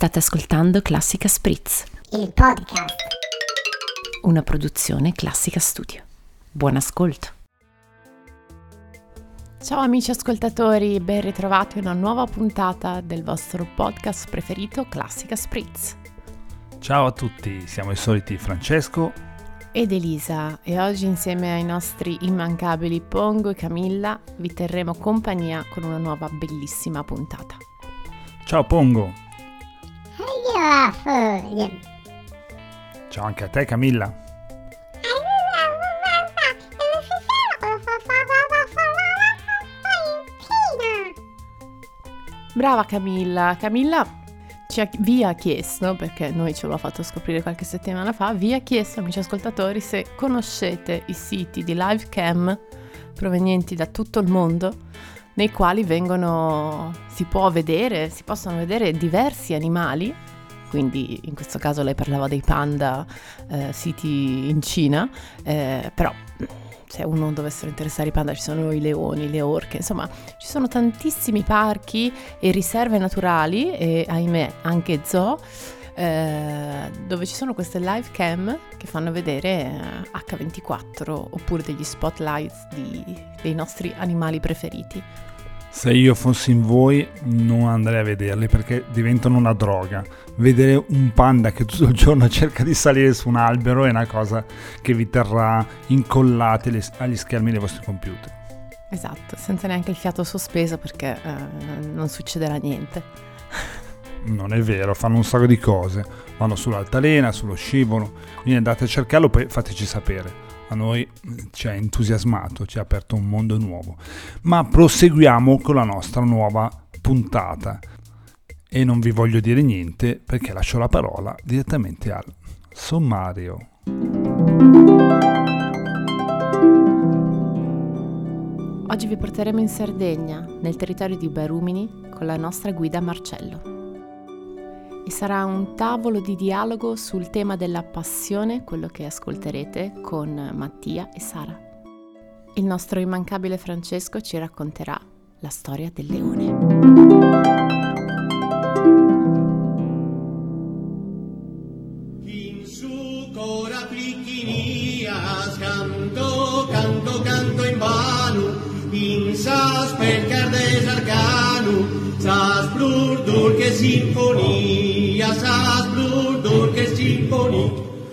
State ascoltando Classica Spritz, il podcast. Una produzione Classica Studio. Buon ascolto. Ciao amici ascoltatori, ben ritrovati a una nuova puntata del vostro podcast preferito Classica Spritz. Ciao a tutti, siamo i soliti Francesco ed Elisa e oggi insieme ai nostri immancabili Pongo e Camilla vi terremo compagnia con una nuova bellissima puntata. Ciao Pongo. Ciao anche a te Camilla. Brava Camilla. Vi ha chiesto, perché noi ce l'ho fatto scoprire qualche settimana fa, vi ha chiesto, amici ascoltatori, se conoscete i siti di live cam provenienti da tutto il mondo nei quali si possono vedere diversi animali. Quindi in questo caso lei parlava dei panda siti in Cina, però se uno dovessero interessare i panda ci sono i leoni, le orche, insomma ci sono tantissimi parchi e riserve naturali e ahimè anche zoo dove ci sono queste live cam che fanno vedere H24 oppure degli spotlights dei nostri animali preferiti. Se io fossi in voi non andrei a vederli perché diventano una droga. Vedere un panda che tutto il giorno cerca di salire su un albero è una cosa che vi terrà incollati agli schermi dei vostri computer. Esatto, senza neanche il fiato sospeso perché non succederà niente. Non è vero, fanno un sacco di cose. Vanno sull'altalena, sullo scivolo, quindi andate a cercarlo, poi fateci sapere. A noi ci ha entusiasmato, ci ha aperto un mondo nuovo. Ma proseguiamo con la nostra nuova puntata. E non vi voglio dire niente perché lascio la parola direttamente al sommario. Oggi vi porteremo in Sardegna, nel territorio di Barumini, con la nostra guida Marcello. E sarà un tavolo di dialogo sul tema della passione, quello che ascolterete con Mattia e Sara. Il nostro immancabile Francesco ci racconterà la storia del leone. Canto in vano, in sas per cardes arcano, sas blur che sinfonia, sas blur che sinfonia.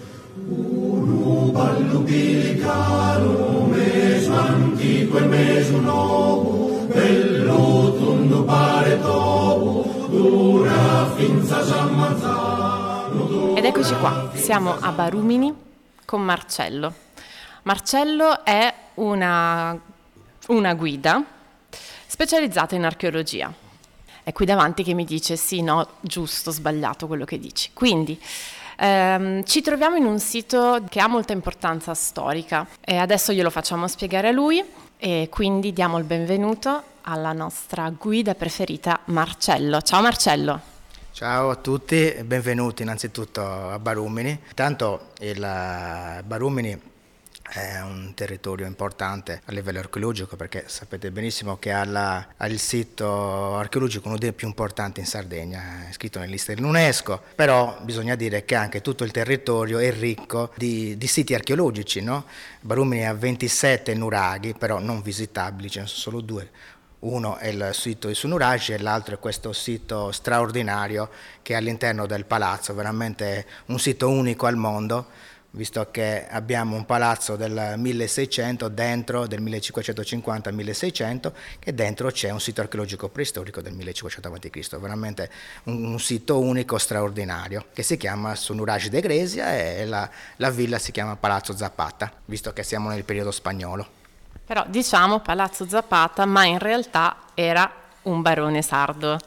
Uno ballo pelicano, meso antico e meso nuovo, bello tondo pare topo, dura finza s'ammazzano. Ed eccoci qua, siamo a Barumini con Marcello. Marcello è una guida specializzata in archeologia. È qui davanti che mi dice sì, no, giusto, sbagliato quello che dici. Quindi ci troviamo in un sito che ha molta importanza storica e adesso glielo facciamo spiegare a lui e quindi diamo il benvenuto alla nostra guida preferita Marcello. Ciao Marcello. Ciao a tutti e benvenuti innanzitutto a Barumini. Intanto il Barumini è un territorio importante a livello archeologico perché sapete benissimo che ha il sito archeologico uno dei più importanti in Sardegna, è scritto nella lista dell'UNESCO, però bisogna dire che anche tutto il territorio è ricco di siti archeologici, no? Barumini ha 27 nuraghi, però non visitabili, ce ne sono solo due. Uno è il sito di Sunuragi e l'altro è questo sito straordinario che è all'interno del palazzo, veramente un sito unico al mondo, visto che abbiamo un palazzo del 1600 dentro, del 1550 al 1600, che dentro c'è un sito archeologico preistorico del 1500 a.C., veramente un sito unico, straordinario, che si chiama Sunuragi de Gresia e la villa si chiama Palazzo Zapata, visto che siamo nel periodo spagnolo. Però diciamo Palazzo Zapata, ma in realtà era un barone sardo.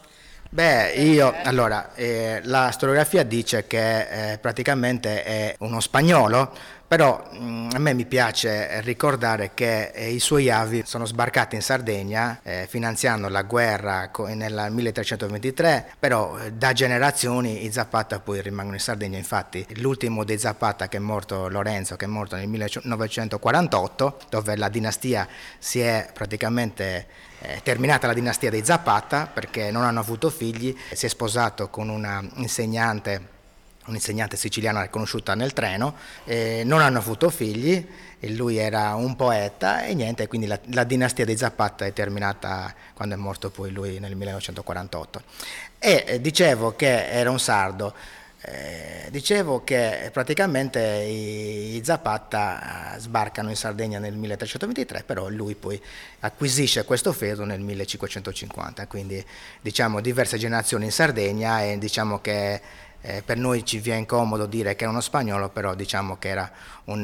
La storiografia dice che praticamente è uno spagnolo, Però a me mi piace ricordare che i suoi avi sono sbarcati in Sardegna finanziando la guerra nel 1323, però da generazioni i Zapata poi rimangono in Sardegna. Infatti l'ultimo dei Zapata, che è morto, Lorenzo, che è morto nel 1948, dove la dinastia si è praticamente terminata, la dinastia dei Zapata, perché non hanno avuto figli. Si è sposato con un'insegnante siciliana conosciuta nel treno, non hanno avuto figli, e lui era un poeta e niente, quindi la dinastia dei Zapata è terminata quando è morto poi lui nel 1948. E dicevo che era un sardo, dicevo che praticamente i Zapata sbarcano in Sardegna nel 1323, però lui poi acquisisce questo feudo nel 1550, quindi diciamo diverse generazioni in Sardegna, e diciamo che per noi ci viene comodo dire che era uno spagnolo, però diciamo che era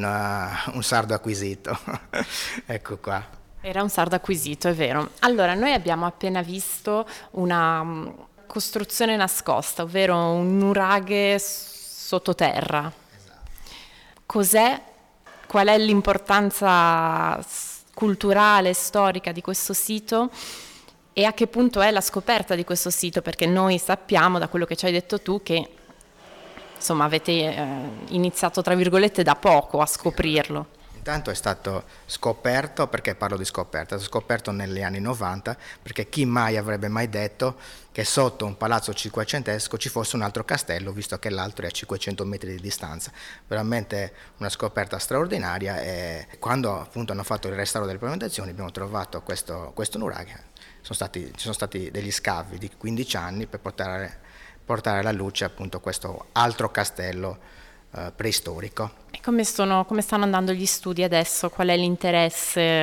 un sardo acquisito. Ecco qua. Era un sardo acquisito, è vero. Allora, noi abbiamo appena visto una costruzione nascosta, ovvero un nuraghe sottoterra. Esatto. Cos'è? Qual è l'importanza culturale, storica di questo sito? E a che punto è la scoperta di questo sito? Perché noi sappiamo, da quello che ci hai detto tu, che insomma avete iniziato, tra virgolette, da poco a scoprirlo. Intanto è stato scoperto, perché parlo di scoperta, è stato scoperto negli anni 90, perché chi mai avrebbe mai detto che sotto un palazzo cinquecentesco ci fosse un altro castello, visto che l'altro è a 500 metri di distanza. Veramente una scoperta straordinaria, e quando appunto hanno fatto il restauro delle pavimentazioni abbiamo trovato questo nuraghe. Ci sono stati degli scavi di 15 anni per portare alla luce appunto questo altro castello preistorico. E come stanno andando gli studi adesso? Qual è l'interesse?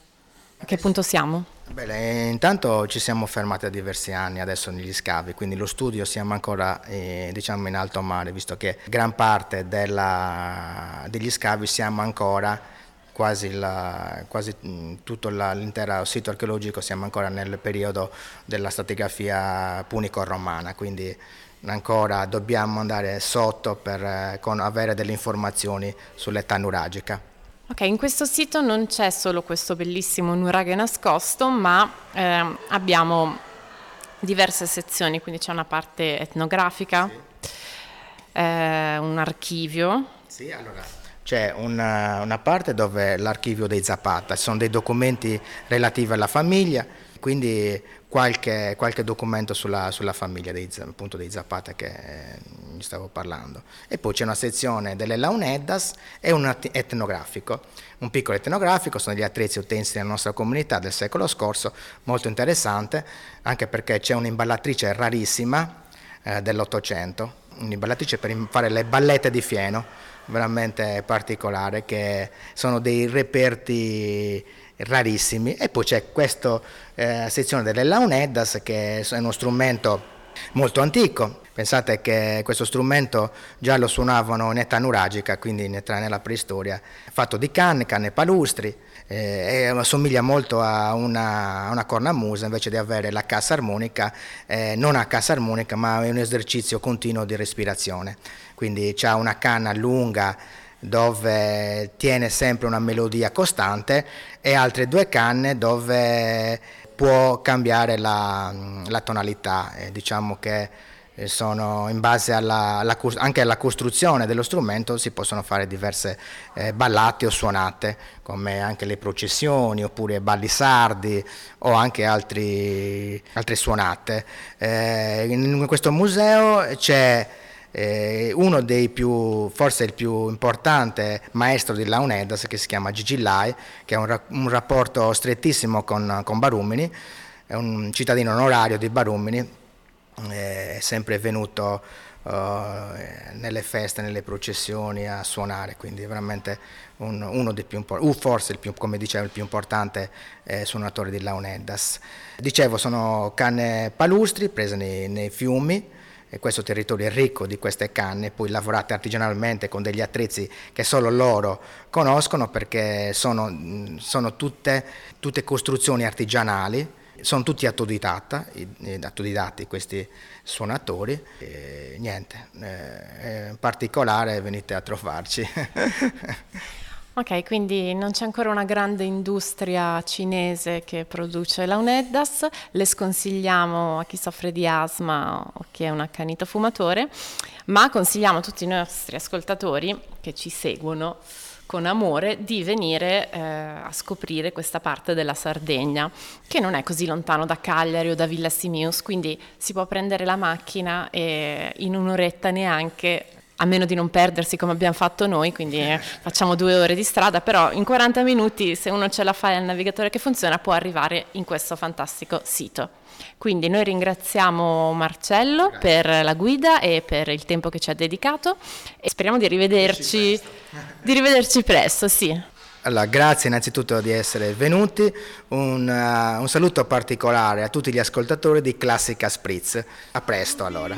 A che punto siamo? Beh, intanto ci siamo fermati da diversi anni adesso negli scavi, quindi lo studio siamo ancora diciamo in alto mare, visto che gran parte degli scavi siamo ancora quasi tutto l'intero sito archeologico, siamo ancora nel periodo della stratigrafia punico-romana, quindi ancora dobbiamo andare sotto per avere delle informazioni sull'età nuragica. Ok, in questo sito non c'è solo questo bellissimo nuraghe nascosto, ma abbiamo diverse sezioni, quindi c'è una parte etnografica, sì. Un archivio. Sì, allora c'è una parte dove l'archivio dei Zapata, sono dei documenti relativi alla famiglia, quindi qualche documento sulla famiglia appunto dei Zapata che mi stavo parlando. E poi c'è una sezione delle launeddas e un etnografico. Un piccolo etnografico, sono gli attrezzi e utensili della nostra comunità del secolo scorso, molto interessante, anche perché c'è un'imballatrice rarissima dell'Ottocento, un'imballatrice per fare le ballette di fieno, veramente particolare, che sono dei reperti rarissimi. E poi c'è questa sezione delle launeddas, che è uno strumento molto antico. Pensate che questo strumento già lo suonavano in età nuragica, quindi nella preistoria, fatto di canne palustri, e assomiglia molto a una cornamusa, invece di avere la cassa armonica, non ha cassa armonica, ma è un esercizio continuo di respirazione. Quindi c'ha una canna lunga dove tiene sempre una melodia costante, e altre due canne dove può cambiare la tonalità. Diciamo che sono in base anche alla costruzione dello strumento, si possono fare diverse ballate o suonate, come anche le processioni oppure balli sardi o anche altre suonate. In questo museo c'è uno dei forse il più importante maestro di launeddas, che si chiama Gigi Lai, che ha un rapporto strettissimo con Barumini, è un cittadino onorario di Barumini, è sempre venuto nelle feste, nelle processioni a suonare, quindi veramente uno dei più importanti, forse come dicevo il più importante suonatore di launeddas. Dicevo, sono canne palustri prese nei fiumi, e questo territorio è ricco di queste canne, poi lavorate artigianalmente con degli attrezzi che solo loro conoscono, perché sono tutte costruzioni artigianali, sono tutti autodidatti questi suonatori, e niente, in particolare venite a trovarci. Ok, quindi non c'è ancora una grande industria cinese che produce launeddas, le sconsigliamo a chi soffre di asma o chi è un accanito fumatore, ma consigliamo a tutti i nostri ascoltatori che ci seguono con amore di venire a scoprire questa parte della Sardegna, che non è così lontano da Cagliari o da Villa Simius, quindi si può prendere la macchina e in un'oretta neanche, a meno di non perdersi come abbiamo fatto noi, quindi facciamo 2 ore di strada, però in 40 minuti, se uno ce la fa e ha il navigatore che funziona, può arrivare in questo fantastico sito. Quindi noi ringraziamo Marcello per la guida e per il tempo che ci ha dedicato e speriamo di rivederci presto, sì. Allora, grazie innanzitutto di essere venuti, un saluto particolare a tutti gli ascoltatori di Classica Spritz. A presto allora.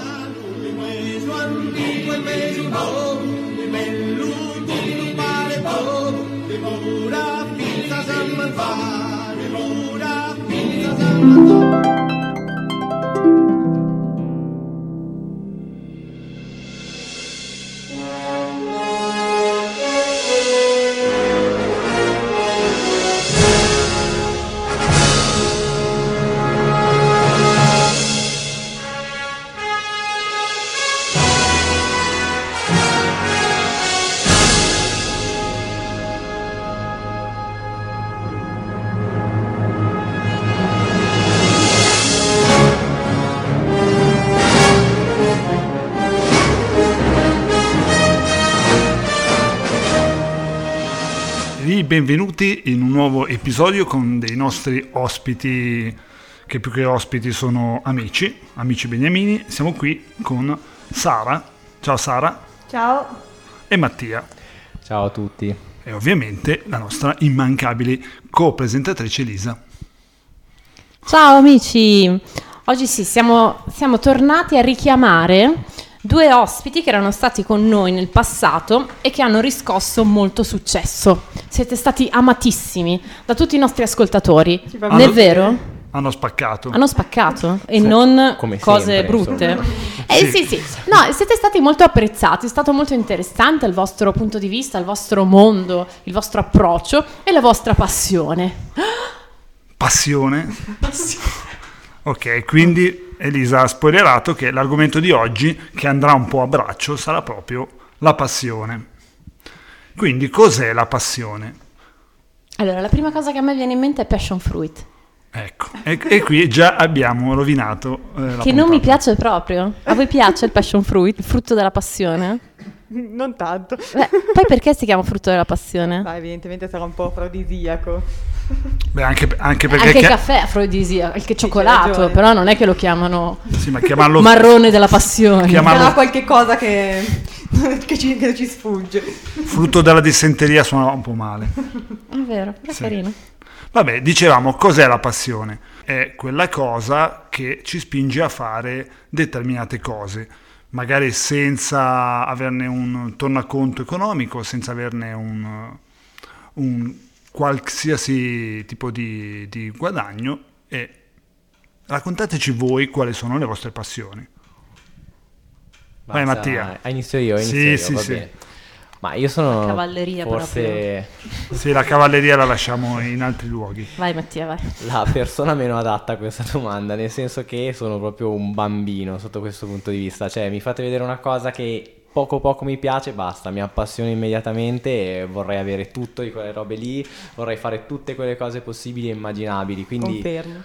Benvenuti in un nuovo episodio con dei nostri ospiti, che più che ospiti sono amici beniamini. Siamo qui con Sara. Ciao Sara. Ciao. E Mattia. Ciao a tutti. E ovviamente la nostra immancabile co-presentatrice Elisa. Ciao amici, oggi sì, siamo tornati a richiamare 2 ospiti che erano stati con noi nel passato e che hanno riscosso molto successo. Siete stati amatissimi da tutti i nostri ascoltatori, non è vero? Hanno spaccato. Hanno spaccato e non come cose sempre, brutte. Sì. Sì. No, siete stati molto apprezzati, è stato molto interessante il vostro punto di vista, il vostro mondo, il vostro approccio e la vostra passione. Passione? Ok, quindi Elisa ha spoilerato che l'argomento di oggi, che andrà un po' a braccio, sarà proprio la passione. Quindi cos'è la passione? Allora, la prima cosa che a me viene in mente è passion fruit. Ecco, e qui già abbiamo rovinato la Che puntata. non mi piace proprio. A voi piace il passion fruit, il frutto della passione? Non tanto. Poi perché si chiama frutto della passione? Beh, evidentemente sarà un po' afrodisiaco. Beh, anche perché... Anche il caffè è afrodisiaco, il cioccolato, ragione. però non è che lo chiamano Sì, ma chiamarlo... marrone della passione. Sarà qualche cosa che ci sfugge. frutto della dissenteria suona un po' male. È vero, è Sì. carino. Vabbè, dicevamo, cos'è la passione? È quella cosa che ci spinge a fare determinate cose, magari senza averne un tornaconto economico, senza averne un qualsiasi tipo di guadagno. E raccontateci voi quali sono le vostre passioni. Vai Mattia. Inizio io, Sì, va sì. bene. Ma io sono La cavalleria forse Sì, la cavalleria la lasciamo in altri luoghi. Vai Mattia, vai. la persona meno adatta a questa domanda, nel senso che sono proprio un bambino sotto questo punto di vista. Cioè, mi fate vedere una cosa che poco mi piace, basta, mi appassiono immediatamente e vorrei avere tutto di quelle robe lì, vorrei fare tutte quelle cose possibili e immaginabili. Quindi Confermo.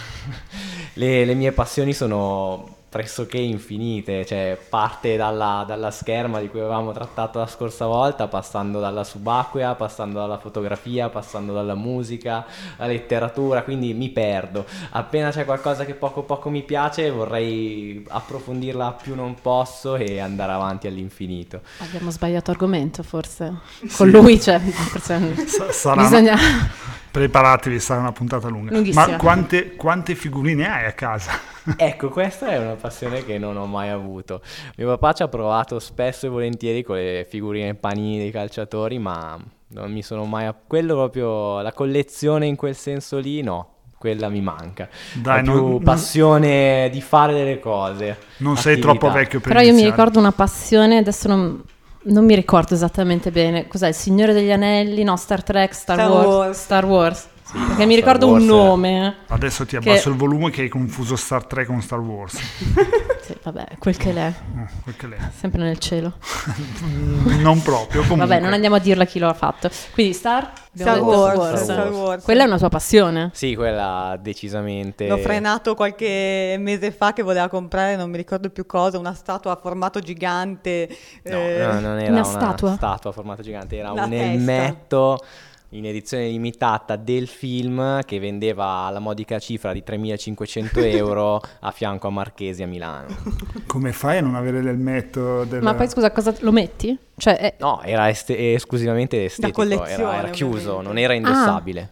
le mie passioni sono pressoché infinite, cioè parte dalla scherma di cui avevamo trattato la scorsa volta, passando dalla subacquea, passando dalla fotografia, passando dalla musica, la letteratura, quindi mi perdo. Appena c'è qualcosa che poco mi piace vorrei approfondirla più non posso e andare avanti all'infinito. Abbiamo sbagliato argomento forse. Con lui, cioè, forse Sarà bisogna... Preparatevi, sarà una puntata lunga. Lunghissima. Ma quante figurine hai a casa? Ecco, questa è una passione che non ho mai avuto. Mio papà ci ha provato spesso e volentieri con le figurine panini dei calciatori, ma non mi sono mai... Quello proprio, la collezione in quel senso lì, no. quella mi manca. Dai, Ho più passione di fare delle cose. Non sei attività. troppo vecchio per Però io mi iniziare. ricordo una passione, adesso non mi ricordo esattamente bene. Cos'è? Il Signore degli Anelli? No, Star Trek, Star Wars. Star Wars. Sì, Perché mi Star ricordo Wars un nome. Adesso ti abbasso il volume che hai confuso Star Trek con Star Wars. Sì, vabbè, quel che l'è. Quel che l'è. Sempre nel cielo. Non proprio, comunque. Vabbè, non andiamo a dirla chi lo ha fatto. Quindi Star Wars. Quella è una tua passione? Sì, quella decisamente. L'ho frenato qualche mese fa che voleva comprare, non mi ricordo più cosa, una statua a formato gigante. No, non era una statua a formato gigante, era La un testa. elmetto in edizione limitata del film che vendeva la modica cifra di 3.500 euro a fianco a Marchesi a Milano. Come fai a non avere l'elmetto del... Ma poi scusa, cosa lo metti? Cioè, No, era esclusivamente estetico, collezione, era chiuso, ovviamente. non era indossabile.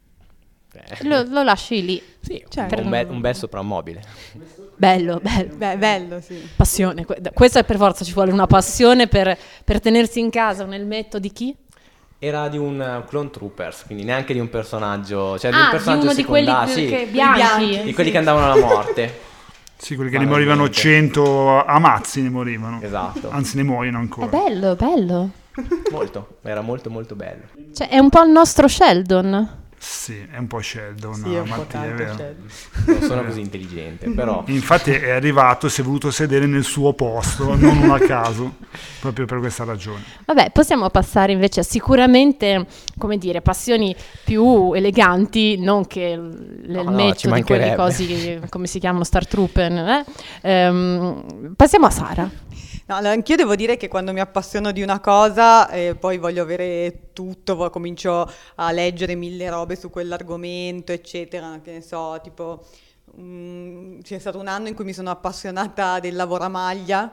lo lasci lì. Sì, Certo. un bel soprammobile. Bello, bello. Beh, bello, sì. Passione. Questa per forza ci vuole una passione per tenersi in casa un elmetto di chi? Era di un Clone Troopers, quindi neanche di un personaggio, cioè di un Ah, di personaggio uno di quelli secondario, sì, bianchi. di quelli che andavano alla morte. Sì, quelli che ne morivano Banalmente. 100 a mazzi ne morivano. Esatto. Anzi, ne muoiono È ancora. bello, bello. Molto, era molto molto bello. Cioè, è un po' il nostro Sheldon. Sì, è un po' Sheldon, Sì, è un po' Mattia, è tanto vero. Sheldon. Non sono così intelligente, però Infatti è arrivato, si è voluto sedere nel suo posto, non uno a caso, proprio per questa ragione. Vabbè, possiamo passare invece a sicuramente, come dire, passioni più eleganti, non che ci l'elmetto di quelle mancherebbe. cose, come si chiamano, Star Trooper. Passiamo a Sara. No, allora, anch'io devo dire che quando mi appassiono di una cosa, poi voglio avere tutto, comincio a leggere 1000 robe su quell'argomento, eccetera, che ne so, tipo... c'è stato un anno in cui mi sono appassionata del lavoramaglia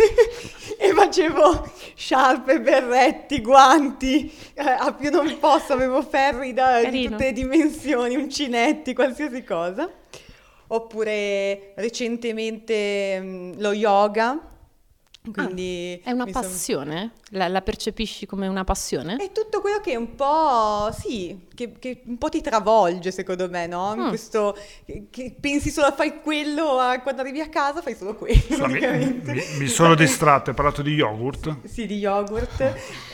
e facevo sciarpe, berretti, guanti, a più non posso, avevo ferri di Carino. tutte le dimensioni, uncinetti, qualsiasi cosa. Oppure recentemente lo yoga. Quindi È una mi son- passione? La percepisci come una passione? È tutto quello che un po', sì, che un po' ti travolge secondo me, no? In questo, che pensi solo a fare quello, quando arrivi a casa fai solo quello. No, praticamente. mi sono distratto, hai parlato di yogurt. Sì, di yogurt.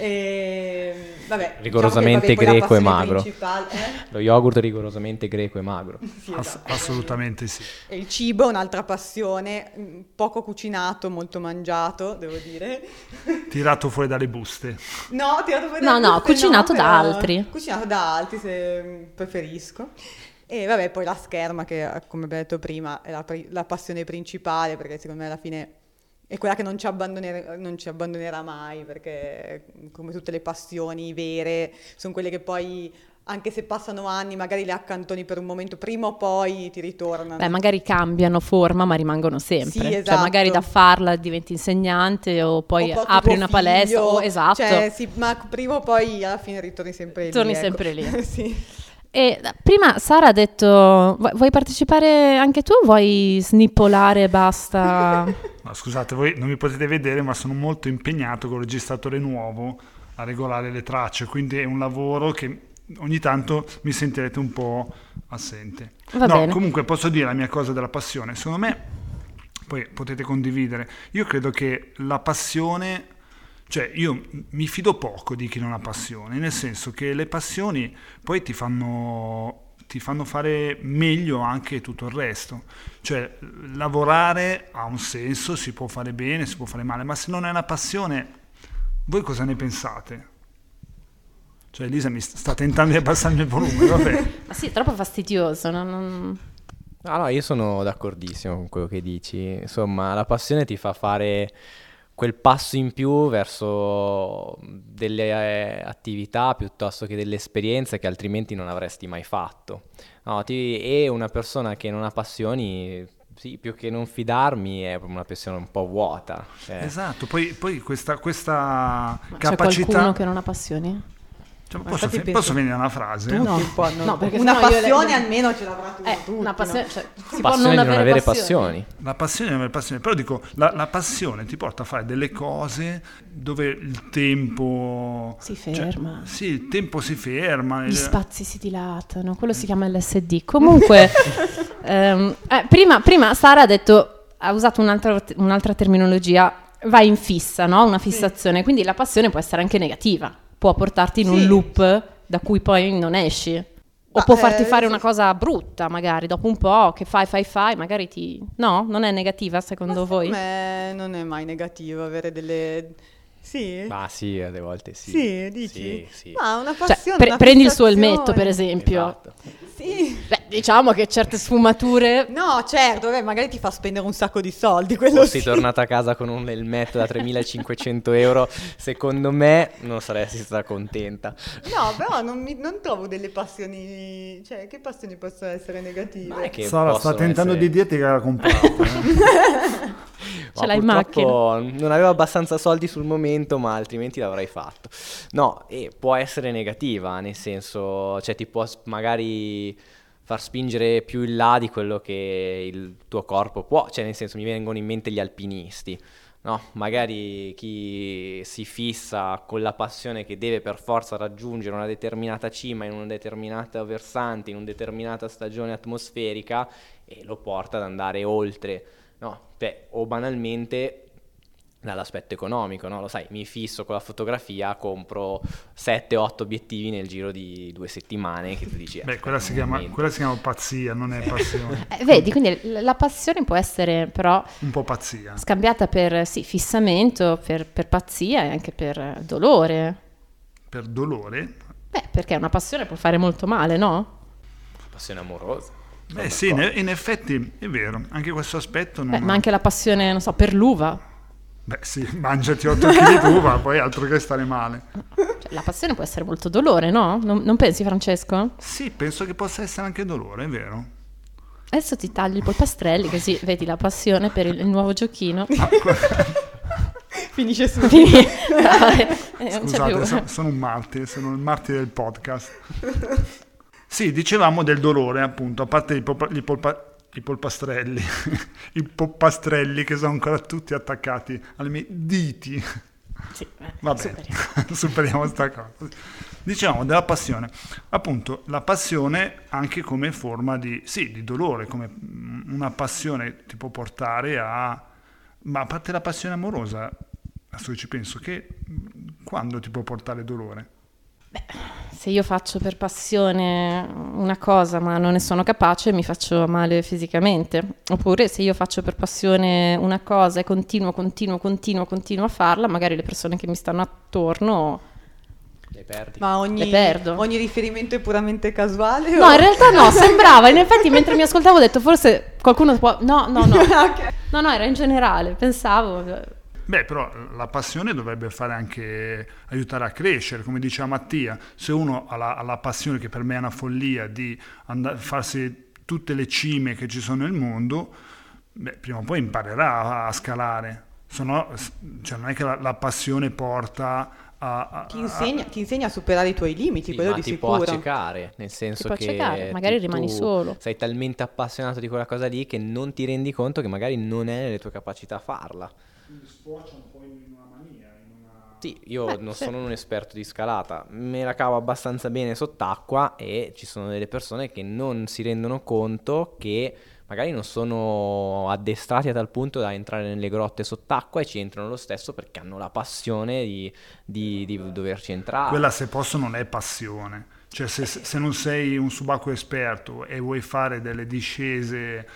Vabbè, Rigorosamente diciamo che, vabbè, poi la greco e passione magro. principale, Lo yogurt rigorosamente greco e magro. Sì, esatto. Assolutamente sì. E il cibo è un'altra passione, poco cucinato, molto mangiato, devo dire. Tirato fuori dalle buste. No, tirato fuori No, dalle no, buste, cucinato da però altri. Cucinato da altri, se preferisco. E vabbè, poi la scherma, che come abbiamo detto prima, è la passione principale, perché secondo me alla fine è quella che non ci abbandonerà mai, perché come tutte le passioni vere, sono quelle che poi, anche se passano anni, magari le accantoni per un momento, prima o poi ti ritornano. Beh, magari cambiano forma, ma rimangono sempre. Sì, Cioè, esatto. magari da farla diventi insegnante o poi O proprio apri tuo una palestra. figlio, Esatto. Cioè, sì, ma prima o poi alla fine ritorni sempre lì. Torni ecco. sempre lì. Sì. E prima Sara ha detto, vuoi partecipare anche tu o vuoi snippolare e basta? No, scusate, voi non mi potete vedere, ma sono molto impegnato con il registratore nuovo a regolare le tracce, quindi è un lavoro che ogni tanto mi sentirete un po' assente. Va bene. Comunque posso dire la mia cosa della passione. Secondo me, poi potete condividere, io credo che la passione... Cioè, io mi fido poco di chi non ha passione, nel senso che le passioni poi ti fanno fare meglio anche tutto il resto. Cioè, lavorare ha un senso, si può fare bene, si può fare male, ma se non è una passione, voi cosa ne pensate? Cioè, Elisa mi sta tentando di abbassarmi il volume, vabbè. Ma sì, è troppo fastidioso. No, io sono d'accordissimo con quello che dici. Insomma, la passione ti fa fare quel passo in più verso delle attività piuttosto che delle esperienze che altrimenti non avresti mai fatto. No, e una persona che non ha passioni, sì, più che non fidarmi, è proprio una passione un po' vuota. Cioè, Esatto, poi questa C'è capacità... qualcuno che non ha passioni? Cioè, Infatti penso- posso finire una frase? Tutti No. un po', No, perché una sennò io passione le- almeno ce l'avrà tutti, una passione, no? cioè, si può Passione non di non avere avere passioni. passioni. La passione non è passione, però dico, la passione ti porta a fare delle cose dove il tempo... Si ferma. Sì, il tempo si ferma. Gli spazi si dilatano, quello si chiama LSD. Comunque, prima Sara ha usato un'altra terminologia, vai in fissa, no? Una fissazione, quindi la passione può essere anche negativa, può portarti in un Sì. loop da cui poi non esci. O Ma, può farti fare sì. una cosa brutta, magari, dopo un po' che fai, magari ti... No? Non è negativa secondo voi? Per me non è mai negativo avere delle... Sì? Ma sì, alle volte sì. Sì, dici? Sì, sì. Ma una Cioè, passione, una prendi il suo fissazione. elmetto, per esempio. Esatto. Sì. Beh, diciamo che certe sfumature... No, certo, magari ti fa spendere un sacco di soldi, quello Fossi sì. tornata a casa con un elmetto da 3.500 euro, secondo me non saresti stata contenta. No, però non trovo delle passioni... Cioè, che passioni possono essere negative? Non è che Sara sta possono tentando essere- di dirti che l'ha comprato. Ce l'hai in purtroppo non avevo abbastanza soldi sul momento, ma altrimenti l'avrei fatto. No, e può essere negativa, nel senso, cioè ti può magari far spingere più in là di quello che il tuo corpo può, cioè nel senso mi vengono in mente gli alpinisti, no? Magari chi si fissa con la passione che deve per forza raggiungere una determinata cima in una determinata versante, in una determinata stagione atmosferica e lo porta ad andare oltre. No, o banalmente dall'aspetto economico, no? Lo sai, mi fisso con la fotografia, compro 7-8 obiettivi nel giro di 2 settimane, che tu dici... Beh, quella si chiama pazzia, non è passione. Vedi, quindi la passione può essere però Un po' pazzia. scambiata per fissamento, per pazzia e anche per dolore. Per dolore? Beh, perché una passione può fare molto male, no? Passione amorosa. Beh sì, in effetti è vero, anche questo aspetto non... Beh, ma anche la passione, non so, per l'uva. Beh sì, mangiati 8 kg di uva, poi altro che stare male. Cioè, la passione può essere molto dolore, no? Non pensi, Francesco? Sì, penso che possa essere anche dolore, è vero. Adesso ti taglio i polpastrelli, così vedi la passione per il nuovo giochino. Finisce su. Non c'è più. Scusate, sono un martire, sono il martire del podcast. Sì, dicevamo del dolore, appunto, a parte i polpastrelli, i poppastrelli che sono ancora tutti attaccati alle mie diti. Sì, Vabbè, superiamo sta cosa. Diciamo della passione. Appunto, la passione anche come forma di dolore, come una passione ti può portare a... Ma a parte la passione amorosa, adesso ci penso, che quando ti può portare dolore? Se io faccio per passione una cosa ma non ne sono capace, mi faccio male fisicamente. Oppure se io faccio per passione una cosa e continuo a farla, magari le persone che mi stanno attorno Le perdi. Ma le perdo. ogni riferimento è puramente casuale? No, in realtà no, sembrava. In effetti mentre mi ascoltavo ho detto forse qualcuno può... No. Ok. No, era in generale, pensavo... Beh, però la passione dovrebbe fare anche aiutare a crescere, come diceva Mattia. Se uno ha la passione, che per me è una follia, di farsi tutte le cime che ci sono nel mondo, beh, prima o poi imparerà a scalare. Cioè non è che la passione porta Ti insegna a superare i tuoi limiti, Sì, quello ma di ti sicuro. può accecare, nel senso può che accecare, magari rimani tu solo. sei talmente appassionato di quella cosa lì che non ti rendi conto che magari non è nelle tue capacità farla. sfocia un po' in una mania, Sì, io non sono un esperto di scalata, me la cavo abbastanza bene sott'acqua e ci sono delle persone che non si rendono conto che magari non sono addestrati a tal punto da entrare nelle grotte sott'acqua e ci entrano lo stesso perché hanno la passione di doverci entrare. Quella, se posso, non è passione. Cioè se non sei un subacqueo esperto e vuoi fare delle discese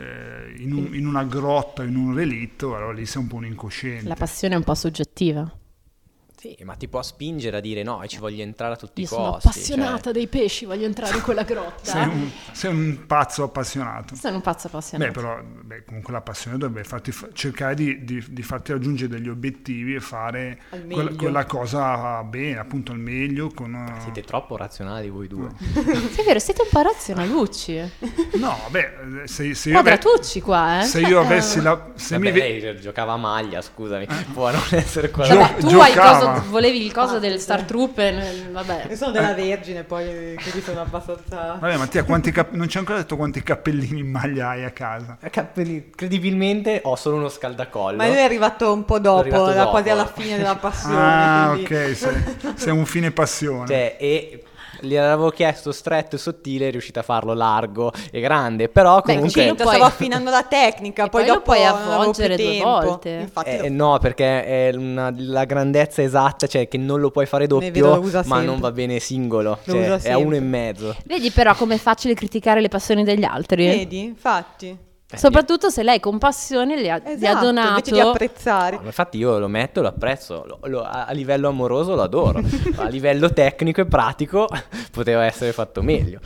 in una grotta, in un relitto, allora lì sei un po' un incosciente. La passione è un po' soggettiva. Sì, ma ti può spingere a dire no, ci voglio entrare a tutti Io i sono costi. appassionata dei pesci, voglio entrare in quella grotta. Sei un pazzo appassionato. Sono un pazzo appassionato. Però comunque la passione dovrebbe cercare di farti raggiungere degli obiettivi e fare Al meglio. quella cosa bene, appunto al meglio. Siete troppo razionali voi due. Sì, è vero, siete un po' razionalucci. No, beh, se io Quadratucci qua, eh. se io avessi la... Se Vabbè, mi lei giocava a maglia, scusami, può non essere quella. Vabbè, tu hai coso qua. volevi il coso del Star Trooper, vabbè. Io sono della Vergine, poi quindi sono abbastanza... Vabbè, Mattia, non ci hai ancora detto quanti cappellini in maglia hai a casa. Credibilmente ho solo uno scaldacollo. Ma lui è arrivato un po' dopo, È arrivato era quasi dopo. alla fine della passione. Ah, quindi... ok, sei un fine passione. Cioè, e gli avevo chiesto stretto e sottile, è riuscita a farlo largo e grande, però comunque... Certo, poi- stavo affinando la tecnica, E poi poi lo dopo puoi non avevo avvolgere più 2 tempo. volte. Infatti lo- No, perché è la grandezza esatta, cioè che non lo puoi fare Ne vedo, doppio, lo usa ma sempre. non va bene singolo, Lo cioè usa è a sempre. 1,5. Vedi però com'è facile criticare le passioni degli altri? Vedi, infatti. Soprattutto se lei con passione gli ha Esatto, donato. invece di apprezzare. No, infatti io lo metto, lo apprezzo, a livello amoroso lo adoro, a livello tecnico e pratico poteva essere fatto meglio.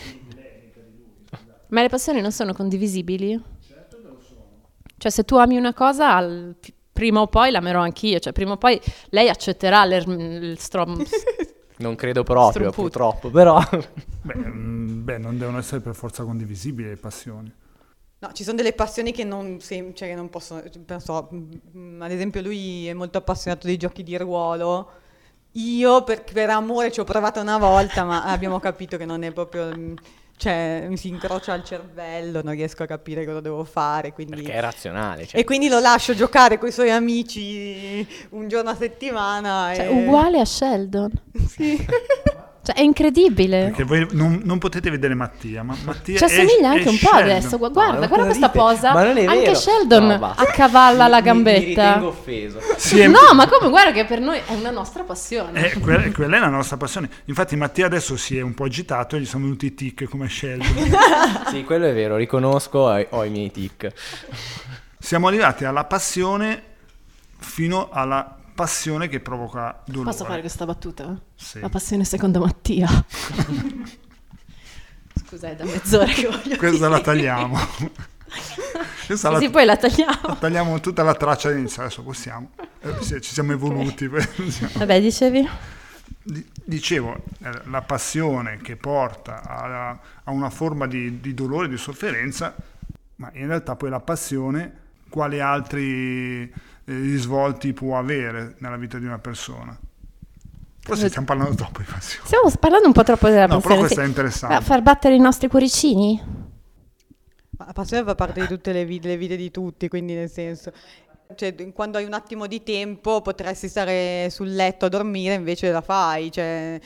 Ma le passioni non sono condivisibili? Cioè se tu ami una cosa, prima o poi l'amerò anch'io. Cioè prima o poi lei accetterà il Non credo proprio, Strumput. purtroppo, però... Beh, non devono essere per forza condivisibili le passioni. No, ci sono delle passioni che non, cioè, che non possono, non so, ad esempio lui è molto appassionato dei giochi di ruolo. Io per amore ci ho provato una volta, ma abbiamo capito che non è proprio, cioè mi si incrocia il cervello, non riesco a capire cosa devo fare, quindi... Perché è razionale, cioè. E quindi lo lascio giocare con i suoi amici un giorno a settimana. Cioè, e... uguale a Sheldon. Sì. Cioè è incredibile. Perché voi non potete vedere Mattia, ma Mattia Ci assomiglia anche un po' Sheldon. adesso. Guarda, No, guarda questa ride. posa. Ma non è Anche vero. Sheldon No, basta. accavalla la Mi gambetta. ritengo offeso. Sì, No, ma come, guarda che per noi è una nostra passione. quella è la nostra passione. Infatti Mattia adesso si è un po' agitato e gli sono venuti i tic come Sheldon. Sì, quello è vero, riconosco, ho i miei tic. Siamo arrivati alla passione fino alla passione che provoca dolore. Posso fare questa battuta? Sì. La passione secondo Mattia. Scusa, è da mezz'ora che voglio Questa la dire. tagliamo. Questa Così poi la tagliamo. tagliamo tutta la traccia all'inizio, adesso possiamo. Sì, ci siamo evoluti. Vabbè, dicevi? Dicevo, la passione che porta a una forma di dolore, di sofferenza, ma in realtà poi la passione, quali altri risvolti può avere nella vita di una persona? Forse stiamo parlando troppo di passione. Stiamo parlando un po' troppo della No, passione. però questo sì. è interessante. A far battere i nostri cuoricini? Ma la passione fa parte di tutte le vite di tutti, quindi nel senso, cioè, quando hai un attimo di tempo potresti stare sul letto a dormire, invece la fai, cioè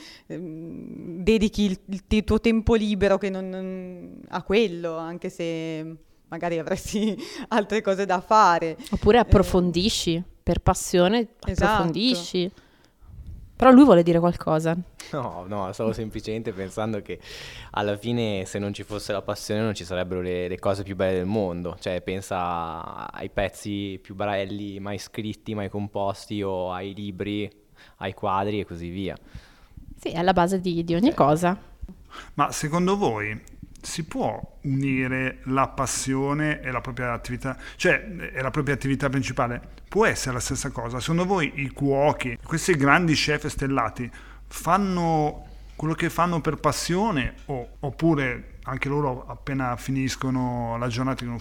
dedichi il tuo tempo libero che a quello, anche se magari avresti altre cose da fare. Oppure approfondisci, per passione Esatto. approfondisci. Però lui vuole dire qualcosa. No, stavo semplicemente pensando che alla fine se non ci fosse la passione non ci sarebbero le cose più belle del mondo. Cioè pensa ai pezzi più belli mai scritti, mai composti, o ai libri, ai quadri e così via. Sì, è alla base di ogni cosa. Ma secondo voi si può unire la passione e la propria attività, cioè è la propria attività principale? Può essere la stessa cosa? Secondo voi i cuochi, questi grandi chef stellati, fanno quello che fanno per passione oppure anche loro appena finiscono la giornata dicono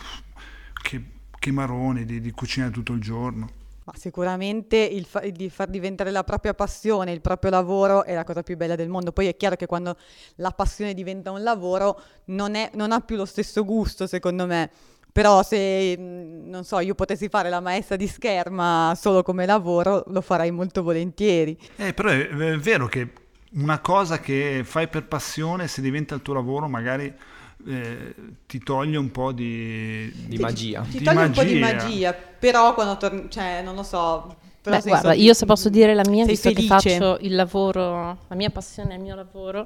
che maroni di cucinare tutto il giorno? Ma sicuramente di far diventare la propria passione, il proprio lavoro è la cosa più bella del mondo. Poi è chiaro che quando la passione diventa un lavoro non ha più lo stesso gusto, secondo me. Però se, non so, io potessi fare la maestra di scherma solo come lavoro, lo farei molto volentieri. Però è vero che una cosa che fai per passione, se diventa il tuo lavoro, magari ti toglie un po' di magia. Ti di toglie un po' di magia. magia, però quando torni, cioè, non lo so. Però Beh, guarda, io se posso dire la mia, sei visto che felice. faccio il lavoro, la mia passione è il mio lavoro,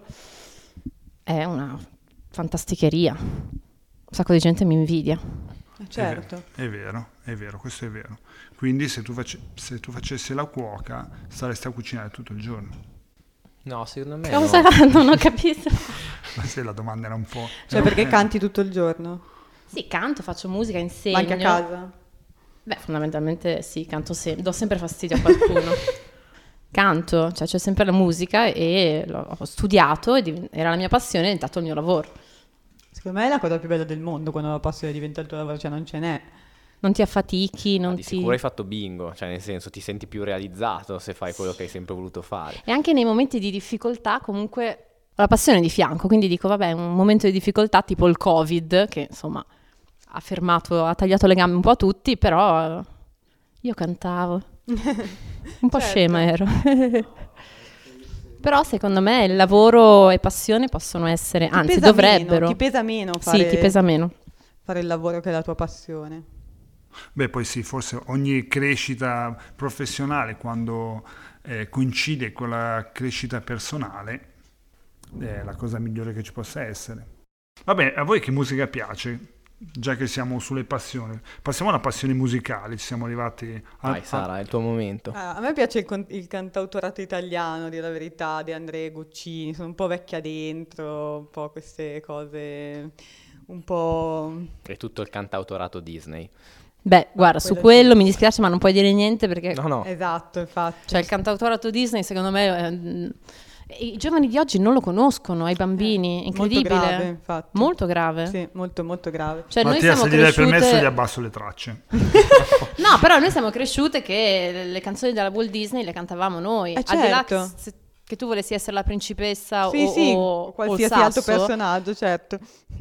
è una fantasticheria. Un sacco di gente mi invidia. Certo. È vero, questo è vero. Quindi se tu facessi la cuoca staresti a cucinare tutto il giorno. No, secondo me Cosa? no. Non ho capito. Ma se la domanda era un po'... Cioè, perché canti tutto il giorno? Sì, canto, faccio musica, insegno. Ma anche a casa? Beh, fondamentalmente sì, canto sempre, do sempre fastidio a qualcuno. Canto, cioè c'è sempre la musica e ho studiato, era la mia passione, è diventato il mio lavoro. Secondo me è la cosa più bella del mondo quando la passione diventa il tuo lavoro, cioè non ce n'è. non ti affatichi, non Di ti... sicuro hai fatto bingo, cioè nel senso ti senti più realizzato se fai quello che hai sempre voluto fare. E anche nei momenti di difficoltà comunque ho la passione di fianco, quindi dico vabbè, un momento di difficoltà tipo il Covid, che insomma ha tagliato le gambe un po' a tutti, però io cantavo. Un po' Certo. scema ero. Però secondo me il lavoro e passione possono essere, anzi pesa dovrebbero. meno, ti pesa meno fare, Sì, ti pesa meno. fare il lavoro che è la tua passione. Beh, poi sì, forse ogni crescita professionale, quando coincide con la crescita personale, è la cosa migliore che ci possa essere. Vabbè, a voi che musica piace? Già che siamo sulle passioni, passiamo alle passioni musicali, ci siamo arrivati Vai Sara, è il tuo momento. A me piace il cantautorato italiano, a dire la verità, di Andrea Guccini, sono un po' vecchia dentro, un po' queste cose, un po'... È tutto il cantautorato Disney. Beh, guarda, su quello quello sì. mi dispiace, ma non puoi dire niente perché No. Esatto, infatti. cioè il cantautorato Disney secondo me i giovani di oggi non lo conoscono, ai bambini, incredibile. Molto grave, infatti. Molto grave. Sì, molto molto grave. Cioè noi Mattia, siamo se gli dai cresciute... permesso gli abbasso le tracce. No, però noi siamo cresciute che le canzoni della Walt Disney le cantavamo noi. Al di là certo. che tu volessi essere la principessa Sì, o, sì, o qualsiasi il altro sasso. personaggio, certo.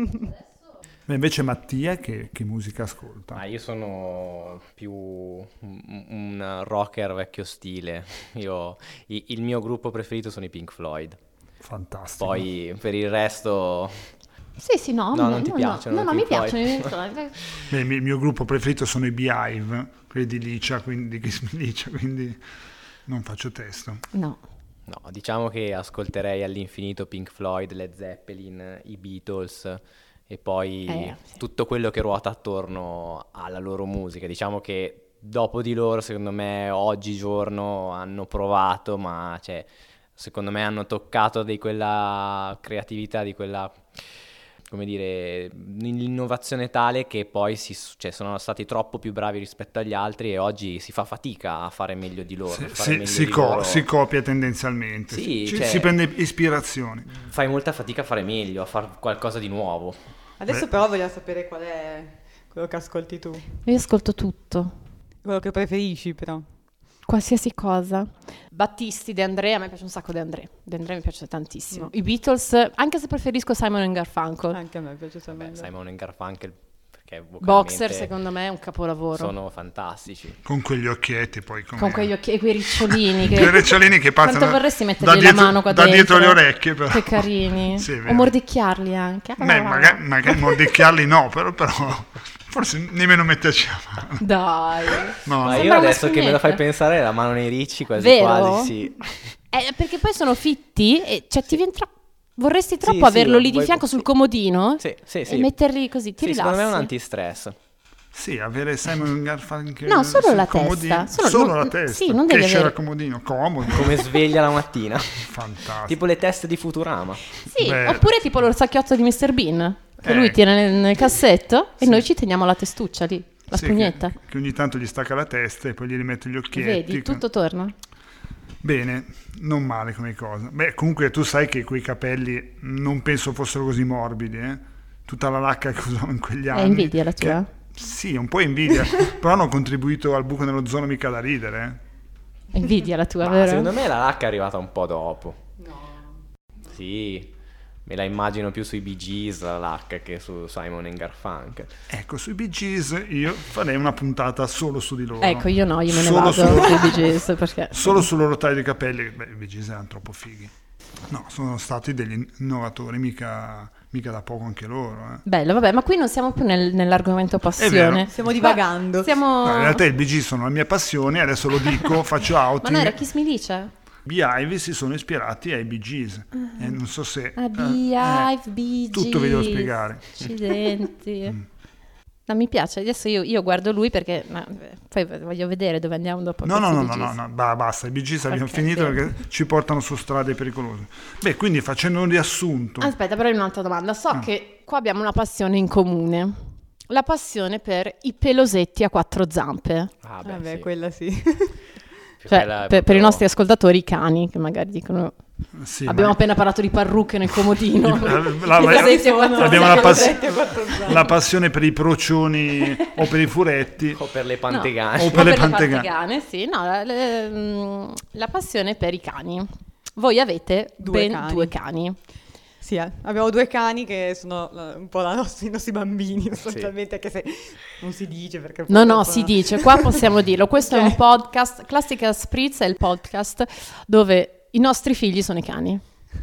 Ma invece Mattia che musica ascolta? Ma io sono più un rocker vecchio stile. Il mio gruppo preferito sono i Pink Floyd. Fantastico. Poi per il resto Sì, no, No, non ti piacciono No, i mi Pink Floyd? piacciono. Beh, il mio gruppo preferito sono i Beehive, quelli di Licia, quindi di Kiss Me Licia, quindi non faccio testo. No. No, diciamo che ascolterei all'infinito Pink Floyd, Led Zeppelin, i Beatles e poi Sì. tutto quello che ruota attorno alla loro musica. Diciamo che dopo di loro, secondo me, oggigiorno hanno provato, ma cioè, secondo me hanno toccato di quella creatività, di quella, come dire, l'innovazione tale che poi cioè, sono stati troppo più bravi rispetto agli altri e oggi si fa fatica a fare meglio di loro. Si copia tendenzialmente, Sì, cioè- si prende ispirazione. Fai molta fatica a fare meglio, a fare qualcosa di nuovo. Adesso però voglio sapere qual è quello che ascolti tu, Io ascolto tutto, quello che preferisci però. qualsiasi cosa. Battisti, De André, a me piace un sacco De André. De André mi piace tantissimo. I Beatles, anche se preferisco Simon & Garfunkel. Anche a me piace Simon. Simon & Garfunkel, perché vocalmente Boxer, secondo me, è un capolavoro. sono fantastici. Con quegli occhietti poi. Con quegli occhi e quei ricciolini. Quei ricciolini che passano Quanto vorresti da mettergli dietro- la mano qua da dentro? dietro le orecchie, però. Che carini. Sì, è o vero. mordicchiarli anche. Beh, magari mordicchiarli no, però forse nemmeno metterci la mano. Dai. No, Ma no. io Sembra una adesso che me lo fai spugnetta. pensare, la mano nei ricci quasi Vero? quasi, sì. Perché poi sono fitti e cioè ti viene vorresti troppo Sì, averlo lì di vuoi- fianco sul sì. comodino Sì, e metterli così, ti Sì, rilassi. secondo me è un antistress. Sì, avere Simon Garfunkel No, solo sul la comodino. testa. Solo non- la testa. Sì, non che devi esce dal avere... comodino, comodo. Come sveglia la mattina. Fantastico. Tipo le teste di Futurama. Sì, Beh. oppure tipo l'orsacchiotto di Mr. Bean, che lui Eh. tiene nel cassetto e noi ci teniamo la testuccia lì, la Sì, spugnetta. che ogni tanto gli stacca la testa e poi gli rimette gli occhietti. Vedi, tutto torna. Bene, non male come cosa. Beh, comunque tu sai che quei capelli non penso fossero così morbidi, eh? Tutta la lacca che usavano in quegli anni. invidia la tua? Sì, un po' invidia, però hanno contribuito al buco nell'ozono mica da ridere, eh? Invidia la tua, Ma vero? secondo me la lacca è arrivata un po' dopo. Sì, me la immagino più sui Bee Gees la lacca che su Simon & Garfunkel. Ecco, sui Bee Gees io farei una puntata solo su di loro. Ecco, io no, io me ne Solo vado su- sui Bee Gees, perché... Solo sul loro taglio di capelli, beh, i Bee Gees erano troppo fighi. No, sono stati degli innovatori, mica da poco anche loro. Eh. Bello, vabbè, ma qui non siamo più vero. nell'argomento passione. Stiamo divagando. Siamo... No, in realtà i Bee Gees sono la mia passione, adesso lo dico, faccio Ma outing. no, era Kiss Me Licia? Beehive si sono ispirati ai Bee Gees. Non so se... Beehive, Bee Gees. tutto vi devo spiegare. Accidenti. No, mi piace, adesso io guardo lui perché poi voglio vedere dove andiamo dopo. No, questi no, Bee Gees. no, basta, i Bee Gees abbiamo Ok, finito bene. perché ci portano su strade pericolose. Beh, quindi facendo un riassunto, Aspetta, però hai un'altra domanda. So che qua abbiamo una passione in comune. La passione per i pelosetti a quattro zampe. Vabbè, quella sì. Cioè, per i nostri ascoltatori i cani, che magari dicono Sì, Abbiamo ma- appena parlato di parrucche nel comodino. Abbiamo la passione per i procioni o per i furetti O per le No, pantegane. o o per le le pantegane. sì, no, la passione per i cani. Voi avete Due ben cani. 2 cani. Sì, abbiamo 2 cani che sono un po' i nostri bambini, sostanzialmente, anche se non si dice perché... No, purtroppo si dice, qua possiamo dirlo. Questo è un podcast, Classical Spritz è il podcast dove i nostri figli sono i cani.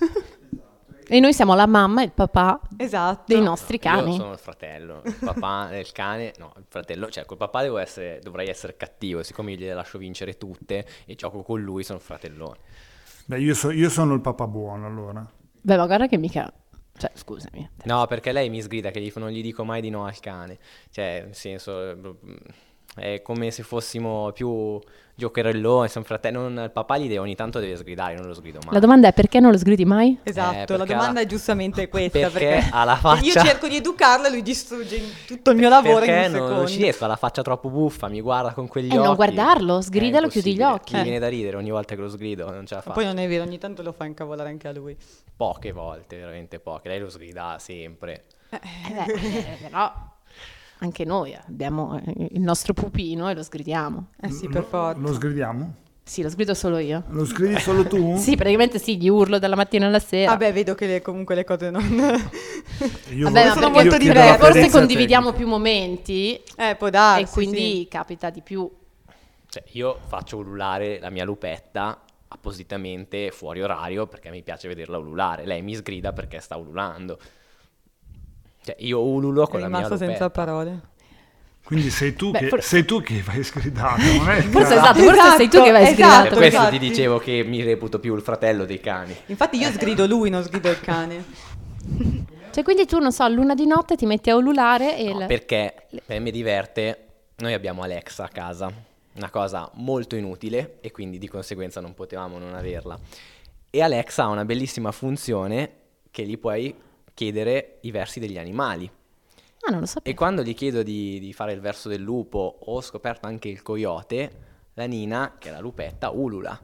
E noi siamo la mamma e il papà Esatto. dei nostri Io cani. sono il fratello, il papà del cane, no, il fratello, cioè col papà dovrei essere cattivo, siccome io gliele lascio vincere tutte e gioco con lui, sono fratellone. Beh, io sono il papà buono, allora. Beh, ma guarda che mica... Cioè, scusami. No, perché lei mi sgrida che non gli dico mai di no al cane, cioè, nel senso, è come se fossimo più giocherelloni, sono fratelli, il papà ogni tanto deve sgridare, non lo sgrido mai. La domanda è perché non lo sgridi mai? Esatto, la perché domanda è giustamente questa, perché ha la faccia... io cerco di educarlo e lui distrugge tutto il mio lavoro in Perché un secondo. non ci riesco, ha la faccia troppo buffa, mi guarda con quegli occhi. Non guardarlo, sgridalo, È chiudi gli impossibile. occhi. Mi viene da ridere ogni volta che lo sgrido, non ce la Ma fa. poi non è vero, ogni tanto lo fa incavolare anche a lui. Poche volte, veramente poche. Lei lo sgrida sempre. Però anche noi abbiamo il nostro pupino e lo sgridiamo. Eh sì, per forza. Lo sgridiamo? Sì, lo sgrido solo io. Lo sgridi solo tu? Sì, praticamente sì, gli urlo dalla mattina alla sera. Vabbè, vedo che comunque le cose non... Io Vabbè, ma sono perché molto chiedo diverse. la forse perizia condividiamo tecnica. più momenti può darsi, e quindi sì. capita di più. Cioè, io faccio ululare la mia lupetta appositamente fuori orario perché mi piace vederla ululare. Lei mi sgrida perché sta ululando. Cioè, io ululo È con la mia rimasto lupetta. senza parole. Quindi sei tu, Beh, sei tu che vai sgridato, non è il Forse cane. forse sei tu che vai Esatto, sgridato. Per questo infatti. ti dicevo che mi reputo più il fratello dei cani. Infatti io sgrido lui, non sgrido il cane. Cioè, quindi tu, non so, a luna di notte ti metti a ululare e... No, perché mi diverte. Noi abbiamo Alexa a casa, una cosa molto inutile e quindi di conseguenza non potevamo non averla. E Alexa ha una bellissima funzione che gli puoi chiedere i versi degli animali. Ah, non lo E sapevo. quando gli chiedo di fare il verso del lupo o ho scoperto anche il coyote, la Nina, che è la lupetta, ulula.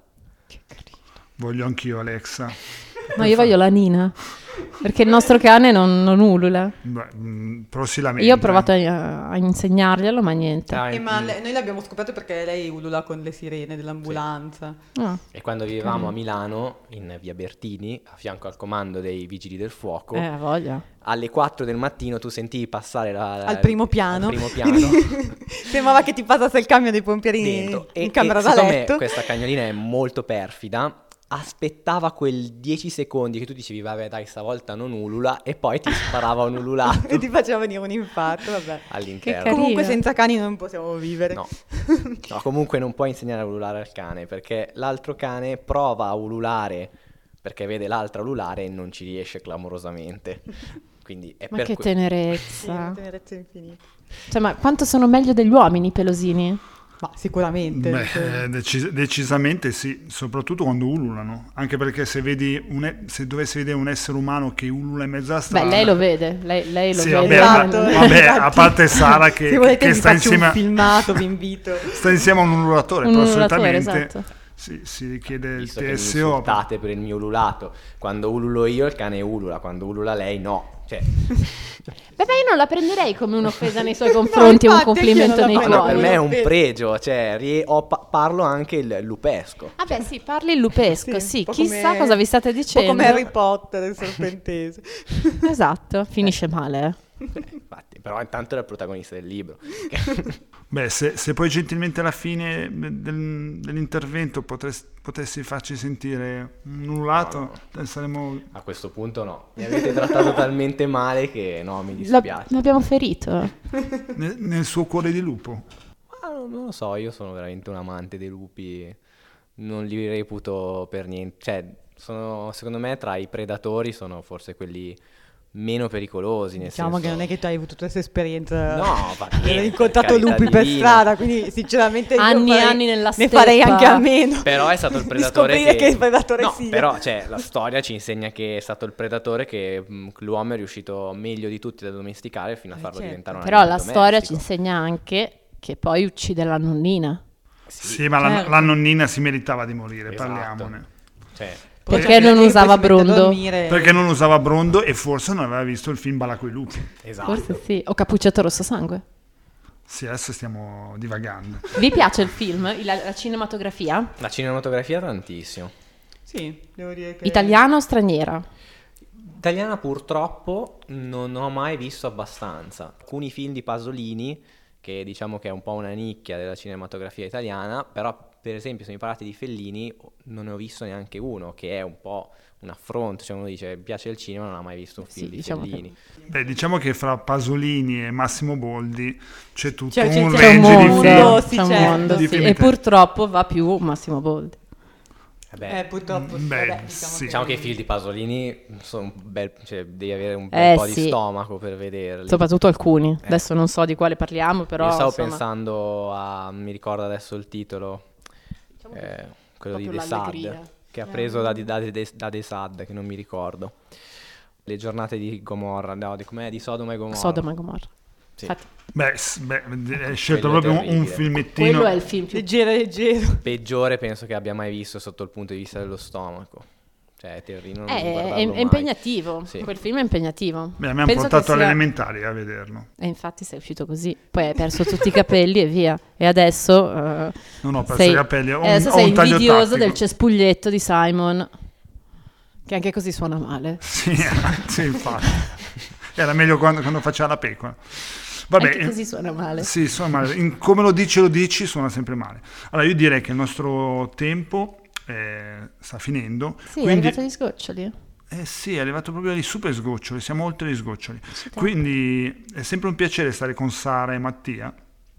Voglio anch'io Alexa. No, io voglio la Nina, perché il nostro cane non ulula. Beh, però si lamenta. Io ho provato a insegnarglielo, ma niente. Ma noi l'abbiamo scoperto perché lei ulula con le sirene dell'ambulanza. Ah. E quando vivevamo a Milano, in via Bertini, a fianco al comando dei Vigili del Fuoco, Voglia. alle 4 del mattino tu sentivi passare Al primo piano. al primo piano Quindi sembrava che ti passasse il camion dei pompieri dentro. in camera da siccome letto. questa cagnolina è molto perfida, aspettava quel 10 secondi che tu dicevi vabbè dai stavolta non ulula e poi ti sparava un ululato E ti faceva venire un infarto, vabbè. all'interno. carino. Comunque senza cani non possiamo vivere. No. No, comunque non puoi insegnare a ululare al cane perché l'altro cane prova a ululare perché vede l'altra ululare e non ci riesce clamorosamente. Quindi è Ma per che que- Sì, tenerezza. una tenerezza infinita. Cioè, ma quanto sono meglio degli uomini i pelosini? Ma sicuramente. Beh, decisamente sì, soprattutto quando ululano. Anche perché se dovessi vedere un essere umano che ulula in mezzo alla strada... Beh, lei lo vede, lei lo Sì, vede. Esatto. vabbè, a Infatti, parte Sara se volete che vi sta faccio insieme, un filmato, vi invito. sta insieme a un ululatore, Un però ululatore, solitamente esatto. si richiede il Visto che mi TSO. insultate per il mio ululato. Quando ululo io il cane ulula, quando ulula lei no. Cioè, Beh, io non la prenderei come un'offesa nei suoi confronti o un infatti, complimento anch'io nei non ma la no, tuoi. per me è un Offesa. pregio, cioè parlo anche il lupesco. Vabbè, sì, parli il lupesco, sì. un po' Chissà come- cosa vi state Un po' dicendo. come Harry Potter, il serpentese. Esatto, finisce male. Infatti, però intanto era il protagonista del libro. Beh, se poi gentilmente alla fine dell'intervento potessi farci sentire un ululato, saremmo... A questo punto no, mi avete trattato talmente male che no, mi dispiace. L'abbiamo ferito. nel suo cuore di lupo. Ma non lo so, io sono veramente un amante dei lupi, non li reputo per niente, cioè secondo me tra i predatori sono forse quelli meno pericolosi, nel Diciamo senso... che non è che tu hai avuto tutta questa esperienza. No, ma Hai niente, incontrato per carità lupi per divina. strada, quindi sinceramente io Anni e farei- anni nella ne farei steppa. anche a meno. Però è stato il di predatore scoprire che il predatore no, sia. però cioè, la storia ci insegna che è stato il predatore che l'uomo è riuscito meglio di tutti ad addomesticare fino a farlo certo. diventare un Però la animale storia ci domestico. insegna anche che poi uccide la nonnina. Sì, ma certo. la nonnina si meritava di morire, Esatto. parliamone. Cioè, Perché non usava Brondo? Perché non usava Brondo e forse non aveva visto il film Balla coi lupi. Esatto. Forse sì. O Cappuccetto Rosso Sangue. Sì, adesso stiamo divagando. Vi piace il film? La cinematografia? La cinematografia tantissimo. Sì, devo dire che... Italiana o straniera? Italiana purtroppo non ho mai visto abbastanza. Alcuni film di Pasolini, che diciamo che è un po' una nicchia della cinematografia italiana, però per esempio se mi parlate di Fellini non ne ho visto neanche uno, che è un po' un affronto, cioè uno dice piace il cinema, non ha mai visto un film Sì, di diciamo Fellini. Beh, diciamo che fra Pasolini e Massimo Boldi c'è tutto C'è un un C'è un range di mondo, film. sì, c'è un certo. mondo, Di sì. film E italiani. purtroppo va più Massimo Boldi. Vabbè, purtroppo Beh, vabbè, sì. diciamo che i film di Pasolini sono un bel, cioè devi avere un bel po' di sì. stomaco per vederli. Soprattutto alcuni. Adesso non so di quale parliamo, però Io stavo insomma, pensando a, mi ricordo adesso il titolo, quello di proprio The Sad, l'allegria. che ha preso da The Sad, che non mi ricordo. Le giornate di Gomorra, no, com'è? Di Sodoma e Gomorra. Sodoma e Gomorra. Sì. Infatti, Hai scelto Quello è proprio un terribile. filmettino. quello è il film più... leggero. Peggiore penso che abbia mai visto sotto il punto di vista dello stomaco. Cioè è terribile, non guardarlo È mai. impegnativo. Sì. Quel film è impegnativo. Beh, a me hanno Penso portato che sia- alle elementari a vederlo. E infatti sei uscito così. Poi hai perso tutti i capelli e via. E adesso... Non ho perso sei, i capelli, ho adesso ho sei un taglio invidioso tattico. del cespuglietto di Simon. Che anche così suona male. Sì, sì, infatti. Era meglio quando faceva la pecora. Vabbè, Anche così suona male. Sì, suona male. Come lo dici, suona sempre male. Allora, io direi che il nostro tempo sta finendo. Sì, è quindi, arrivato agli sgoccioli. sì, è arrivato proprio agli super sgoccioli, siamo oltre gli sgoccioli. Sì, Quindi è sempre un piacere stare con Sara e Mattia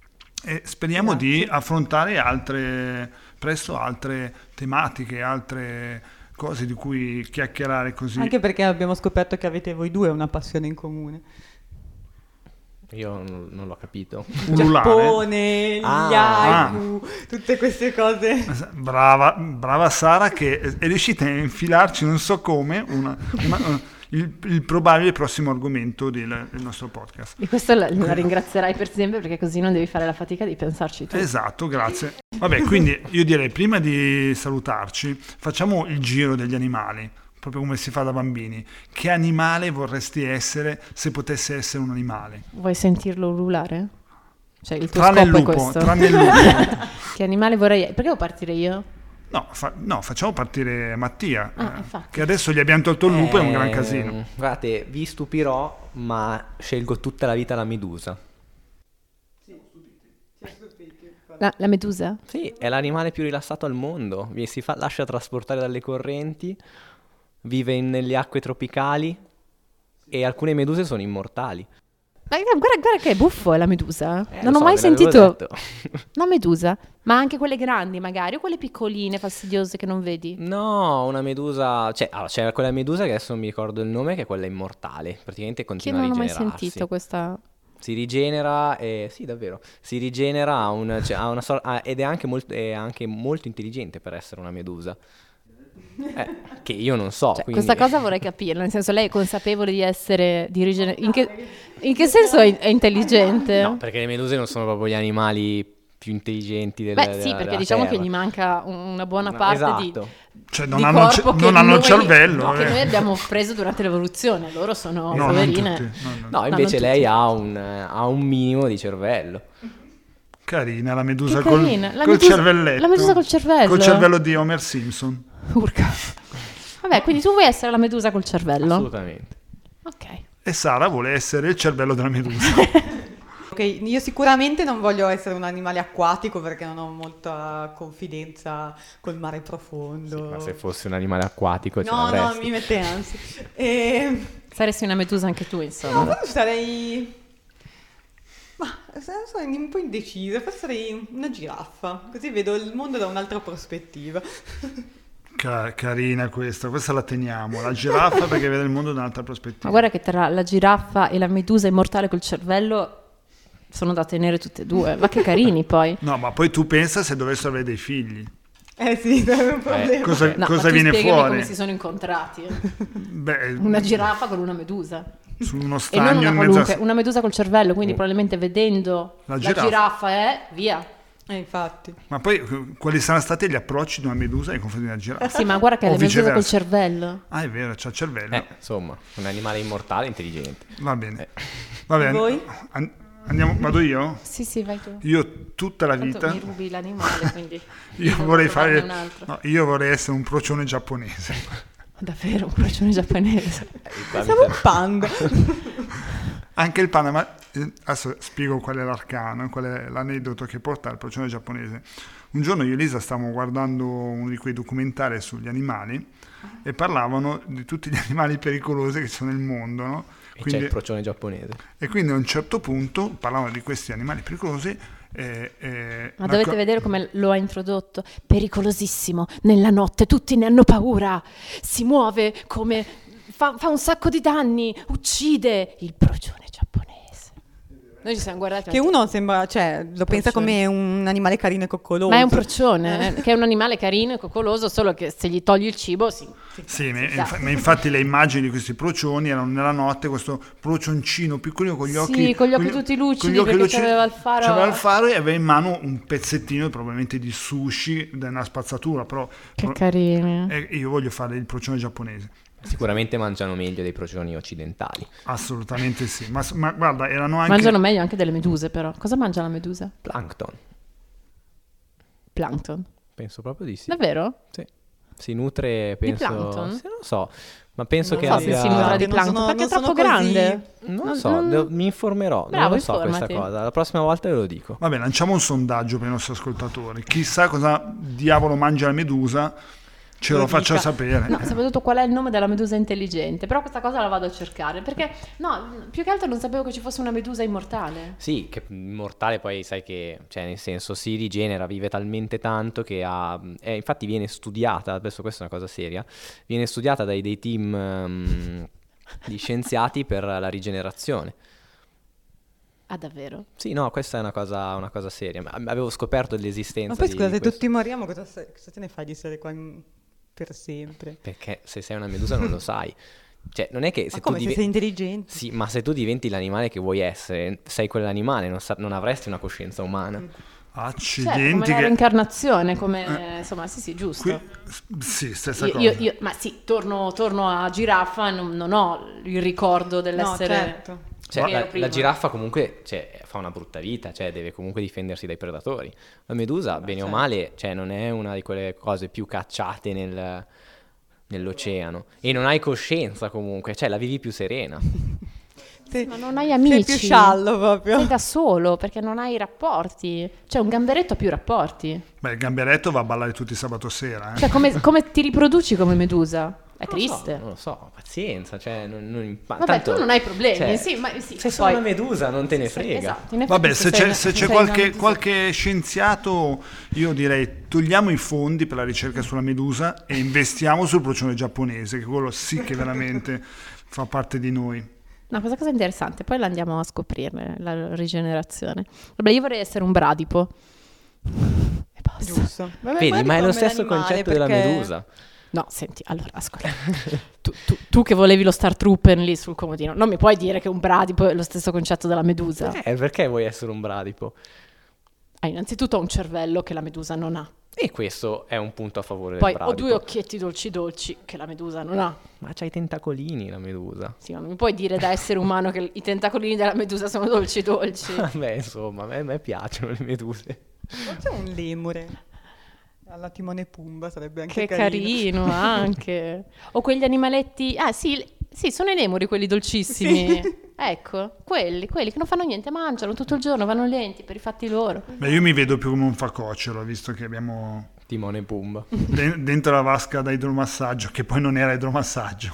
e speriamo di affrontare presto altre tematiche, altre cose di cui chiacchierare così. Anche perché abbiamo scoperto che avete voi due una passione in comune. Io non l'ho capito. Ululare. Giappone, gli Ah. haiku, tutte queste cose. Brava Sara che è riuscita a infilarci non so come il probabile prossimo argomento del nostro podcast. Di questo la ringrazierai per sempre perché così non devi fare la fatica di pensarci tu. Esatto, grazie. Vabbè, quindi io direi prima di salutarci facciamo il giro degli animali, proprio come si fa da bambini. Che animale vorresti essere se potessi essere un animale? Vuoi sentirlo ululare? Cioè il tuo Tranne il scopo è lupo, questo. tranne il lupo. Che animale vorrei... Perché devo partire io? No, facciamo partire Mattia, infatti. che adesso gli abbiamo tolto il lupo, è un gran casino. Guardate, vi stupirò, ma scelgo tutta la vita la medusa. La medusa? Sì, è l'animale più rilassato al mondo. Lascia trasportare dalle correnti, vive nelle acque tropicali e alcune meduse sono immortali. Ma guarda che buffo è la medusa. Non Lo ho so, mai ve l'avevo sentito detto. una medusa, ma anche quelle grandi magari, o quelle piccoline, fastidiose che non vedi. No, una medusa, c'è quella medusa che adesso non mi ricordo il nome, che è quella immortale, praticamente Che continua non a ho mai rigenerarsi. sentito questa... Si rigenera, sì davvero, si rigenera ed è anche molto intelligente per essere una medusa. Che io non so, Cioè, quindi... questa cosa vorrei capire, nel senso lei è consapevole di essere in che senso è intelligente? No, perché le meduse non sono proprio gli animali più intelligenti Beh sì, perché della diciamo terra. che gli manca una buona parte Esatto. Cioè di non hanno corpo che non hanno il noi- cervello. no, che noi abbiamo preso durante l'evoluzione, loro sono No, non poverine. tutti, no. No, No, invece non lei tutti. ha un minimo di cervello. Carina la medusa Che carina, la col medusa- cervelletto. la medusa col cervello. Col cervello di Homer Simpson. Urca. Vabbè, quindi tu vuoi essere la medusa col cervello? Assolutamente. Ok. E Sara vuole essere il cervello della medusa. Ok, io sicuramente non voglio essere un animale acquatico perché non ho molta confidenza col mare profondo. Ma se fossi un animale acquatico ce No, l'avresti. mi mette ansia. E... Saresti una medusa anche tu, No, insomma. forse sarei... Ma sono un po' indecisa, forse sarei una giraffa, così vedo il mondo da un'altra prospettiva. Carina questa la teniamo. La giraffa perché vede il mondo da un'altra prospettiva. Ma guarda che tra la giraffa e la medusa immortale col cervello sono da tenere tutte e due. Ma che carini poi. No, ma poi tu pensa se dovessero avere dei figli. Sì, è un problema. Cosa No, ma tu viene spiegami fuori? come si sono incontrati. Beh, Una giraffa con una medusa. su uno E non stagno una in mezzo qualunque, una medusa col cervello, quindi probabilmente vedendo La la giraffa. giraffa è via. Infatti. Ma poi quali saranno stati gli approcci di una medusa nei confronti di una giraffa? Sì, ma guarda che O le meduse col viceversa. cervello. Ah, è vero, c'ha il cervello. Insomma, un animale immortale intelligente. Va bene. Va bene. Voi? Andiamo, vado io? Sì, vai tu. Io tutta la Tanto vita mi rubi l'animale, quindi io devo vorrei trovarne fare un altro. no, io vorrei essere un procione giapponese. Davvero, un procione giapponese. Siamo un panda. Anche il panda, ma adesso spiego qual è l'arcano, qual è l'aneddoto che porta al procione giapponese. Un giorno io e Elisa stavamo guardando uno di quei documentari sugli animali e parlavano di tutti gli animali pericolosi che ci sono nel mondo, no? E c'è il procione giapponese. E quindi a un certo punto parlavano di questi animali pericolosi. Ma dovete vedere come lo ha introdotto. Pericolosissimo, nella notte tutti ne hanno paura, si muove come fa un sacco di danni, uccide il procione giapponese. Noi ci siamo guardati Che uno sembra, cioè, lo pensa come un animale carino e coccoloso. ma è un procione, che è un animale carino e coccoloso, solo che se gli togli il cibo Sì, ma infatti le immagini di questi procioni erano nella notte, questo procioncino piccolino con gli occhi... Sì, con gli occhi tutti lucidi, con gli occhi perché c'aveva il faro. C'aveva il faro e aveva in mano un pezzettino probabilmente di sushi da una spazzatura, però... Che carini. Io voglio fare il procione giapponese. Sicuramente mangiano meglio dei procioni occidentali. Assolutamente sì, ma guarda, erano anche... Mangiano meglio anche delle meduse, però. Cosa mangia la medusa? Plankton. Plankton. Penso proprio di sì. Davvero? Sì. Si nutre, penso... plankton? Sì, non lo so, ma penso Non che so abbia... se si nutra di Non plankton, sono- perché è non sono troppo così- grande. Non so, mi informerò, non Bravo, lo so questa informati. cosa. La prossima volta ve lo dico. Vabbè, lanciamo un sondaggio per i nostri ascoltatori. Chissà cosa diavolo mangia la medusa, ce lo faccia sapere. No, soprattutto qual è il nome della medusa intelligente. Però questa cosa la vado a cercare, perché, no, più che altro non sapevo che ci fosse una medusa immortale. Sì, che immortale poi sai che, cioè nel senso si rigenera, vive talmente tanto che ha... infatti viene studiata, adesso questa è una cosa seria, viene studiata dai dei team di scienziati per la rigenerazione. Ah, davvero? Sì, no, questa è una cosa seria. Ma avevo scoperto dell'esistenza Ma poi di scusa, se questo. tutti moriamo, cosa te ne fai di stare qua per sempre? Perché se sei una medusa non lo sai. Cioè, non è che se Ma tu come, se sei intelligente? Sì, ma se tu diventi l'animale che vuoi essere, sei quell'animale, non avresti una coscienza umana. Certo, Accidenti come la che... reincarnazione, come... insomma, sì, giusto. Qui, sì, stessa cosa. Ma sì, torno a giraffa, non ho il ricordo No, dell'essere... certo. Cioè, Ero la prima. giraffa comunque fa una brutta vita, cioè deve comunque difendersi dai predatori. La medusa, bene o male, cioè non è una di quelle cose più cacciate nell'oceano. E non hai coscienza comunque, cioè la vivi più serena. Ma non hai amici. Sei più sciallo proprio. Sei da solo, perché non hai rapporti. Cioè, un gamberetto ha più rapporti. Beh, il gamberetto va a ballare tutti sabato sera. Cioè, come ti riproduci come medusa? È triste. Non lo so, pazienza, cioè ma Vabbè, tanto, tu non hai problemi, cioè, sì, ma sì. Se poi- sono una medusa non te ne Sì, frega. esatto, in effetti Vabbè, se sei c'è una medusa. qualche scienziato, io direi togliamo i fondi per la ricerca sulla medusa e investiamo sul procione giapponese, che quello sì che veramente fa parte di noi. No, questa cosa è interessante, poi la andiamo a scoprire, la rigenerazione. Vabbè, io vorrei essere un bradipo. E basta. Giusto. Vabbè, Vedi, magari ma è lo come stesso l'animale, concetto della perché- medusa. No, senti, allora, ascolta. Tu che volevi lo Star Trooper lì sul comodino, non mi puoi dire che un bradipo è lo stesso concetto della medusa. Perché vuoi essere un bradipo? Innanzitutto ha un cervello che la medusa non ha. E questo è un punto a favore Poi del ho bradipo. 2 occhietti dolci che la medusa non ha. Ma c'ha i tentacolini la medusa. Sì, ma non mi puoi dire da essere umano che i tentacolini della medusa sono dolci. Vabbè, insomma, a me piacciono le meduse. Forse un lemure. Alla Timone e Pumba sarebbe Che anche carino anche. O quegli animaletti... Ah sì, sono i lemuri quelli dolcissimi. Sì. Ecco, quelli che non fanno niente, mangiano tutto il giorno, vanno lenti per i fatti loro. Beh, io mi vedo più come un facocero, visto che abbiamo Timone e Pumba. dentro la vasca da idromassaggio, che poi non era idromassaggio.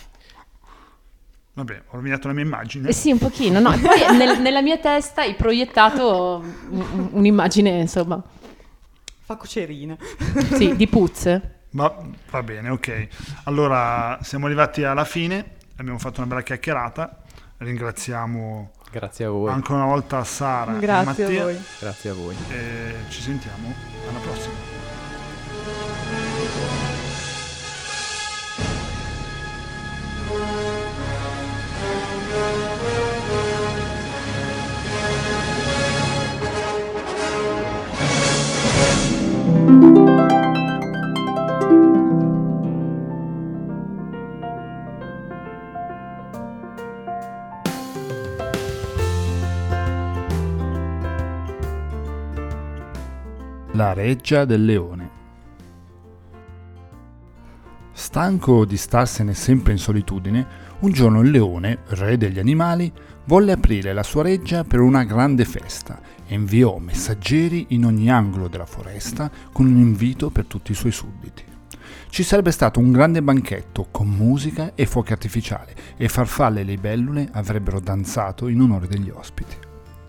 Vabbè, ho rovinato la mia immagine. Sì, un pochino, no. E poi nella mia testa hai proiettato un'immagine, insomma, Facocerina. sì, di puzze. Ma va bene, ok. Allora, siamo arrivati alla fine, abbiamo fatto una bella chiacchierata. Ringraziamo Grazie a voi. ancora una volta Sara e Grazie Mattia. a voi. Grazie a voi. E ci sentiamo alla prossima. reggia del leone. Stanco di starsene sempre in solitudine, un giorno il leone, re degli animali, volle aprire la sua reggia per una grande festa e inviò messaggeri in ogni angolo della foresta con un invito per tutti i suoi sudditi. Ci sarebbe stato un grande banchetto con musica e fuochi artificiali e farfalle e libellule avrebbero danzato in onore degli ospiti.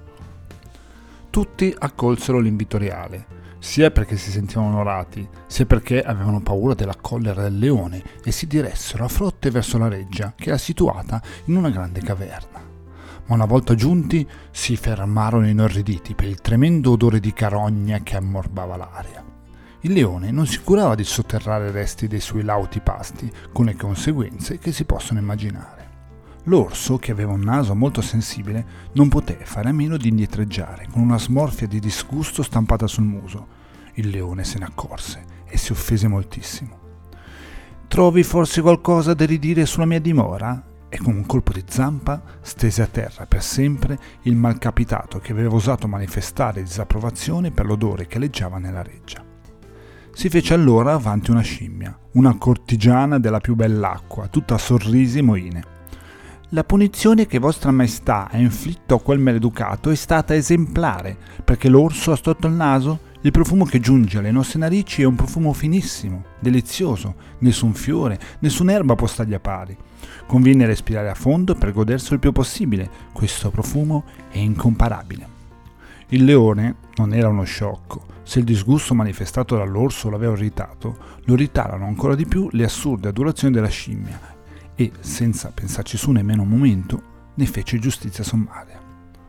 Tutti accolsero l'invito reale, sia perché si sentivano onorati, sia perché avevano paura della collera del leone e si diressero a frotte verso la reggia che era situata in una grande caverna. Ma una volta giunti si fermarono inorriditi per il tremendo odore di carogna che ammorbava l'aria. Il leone non si curava di sotterrare i resti dei suoi lauti pasti, con le conseguenze che si possono immaginare. L'orso, che aveva un naso molto sensibile, non poté fare a meno di indietreggiare, con una smorfia di disgusto stampata sul muso. Il leone se ne accorse e si offese moltissimo. «Trovi forse qualcosa da ridire sulla mia dimora?» E con un colpo di zampa stese a terra per sempre il malcapitato che aveva osato manifestare disapprovazione per l'odore che aleggiava nella reggia. Si fece allora avanti una scimmia, una cortigiana della più bell'acqua, tutta sorrisi e moine. «La punizione che vostra maestà ha inflitto a quel maleducato è stata esemplare, perché l'orso ha storto il naso. Il profumo che giunge alle nostre narici è un profumo finissimo, delizioso, nessun fiore, nessun'erba può stargli a pari. Conviene respirare a fondo per goderselo il più possibile, questo profumo è incomparabile». Il leone non era uno sciocco. Se il disgusto manifestato dall'orso l'aveva irritato, lo irritarono ancora di più le assurde adorazioni della scimmia e, senza pensarci su nemmeno un momento, ne fece giustizia sommaria.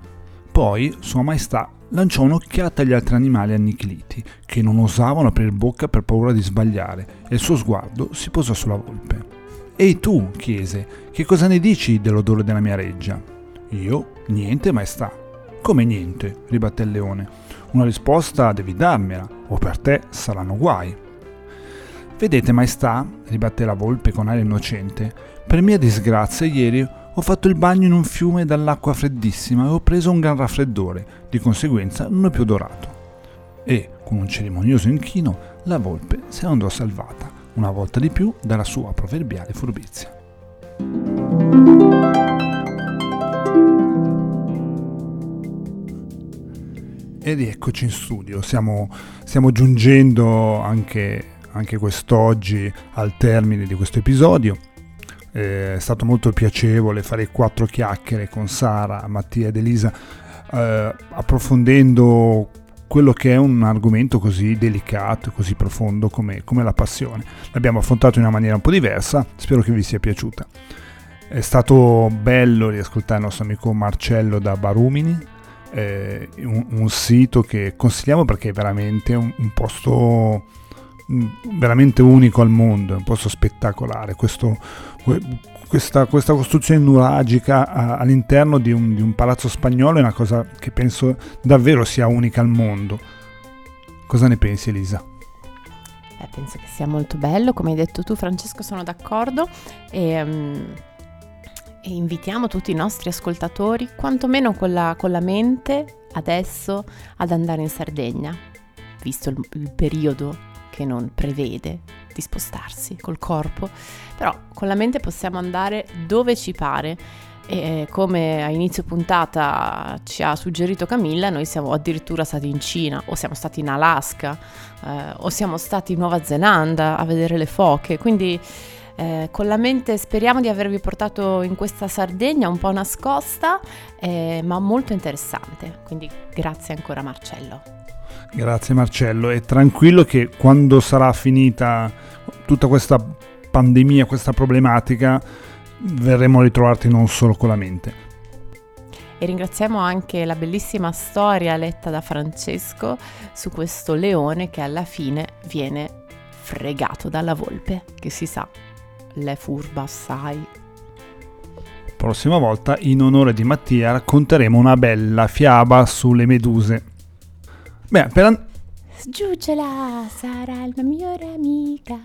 Poi Sua Maestà lanciò un'occhiata agli altri animali annichiliti, che non osavano aprire bocca per paura di sbagliare, e il suo sguardo si posò sulla volpe. «Ehi tu», chiese, «che cosa ne dici dell'odore della mia reggia?» «Io? Niente, maestà». «Come niente?» ribatté il leone. «Una risposta devi darmela, o per te saranno guai». «Vedete, maestà», ribatté la volpe con aria innocente, «per mia disgrazia ieri ho fatto il bagno in un fiume dall'acqua freddissima e ho preso un gran raffreddore, di conseguenza non ho più odorato». E, con un cerimonioso inchino, la volpe se ne andò salvata, una volta di più, dalla sua proverbiale furbizia. Ed eccoci in studio, stiamo giungendo anche quest'oggi al termine di questo episodio. È stato molto piacevole fare 4 chiacchiere con Sara, Mattia ed Elisa, approfondendo quello che è un argomento così delicato, così profondo come la passione. L'abbiamo affrontato in una maniera un po' diversa, spero che vi sia piaciuta. È stato bello riascoltare il nostro amico Marcello da Barumini, un sito che consigliamo perché è veramente un posto veramente unico al mondo, è un posto spettacolare. Questa costruzione nuragica all'interno di un palazzo spagnolo è una cosa che penso davvero sia unica al mondo. Cosa ne pensi, Elisa? Penso che sia molto bello, come hai detto tu, Francesco, sono d'accordo, e invitiamo tutti i nostri ascoltatori, quantomeno con la mente, adesso ad andare in Sardegna, visto il periodo che non prevede di spostarsi col corpo, però con la mente possiamo andare dove ci pare, e come a inizio puntata ci ha suggerito Camilla, noi siamo addirittura stati in Cina, o siamo stati in Alaska, o siamo stati in Nuova Zelanda a vedere le foche, quindi con la mente speriamo di avervi portato in questa Sardegna un po' nascosta, ma molto interessante, quindi grazie ancora Marcello. Grazie Marcello, e tranquillo che quando sarà finita tutta questa pandemia, questa problematica, verremo a ritrovarti non solo con la mente. E ringraziamo anche la bellissima storia letta da Francesco su questo leone che alla fine viene fregato dalla volpe, che si sa, l'è furba assai. Prossima volta, in onore di Mattia, racconteremo una bella fiaba sulle meduse. Beh, Sgiugela sarà la migliore amica.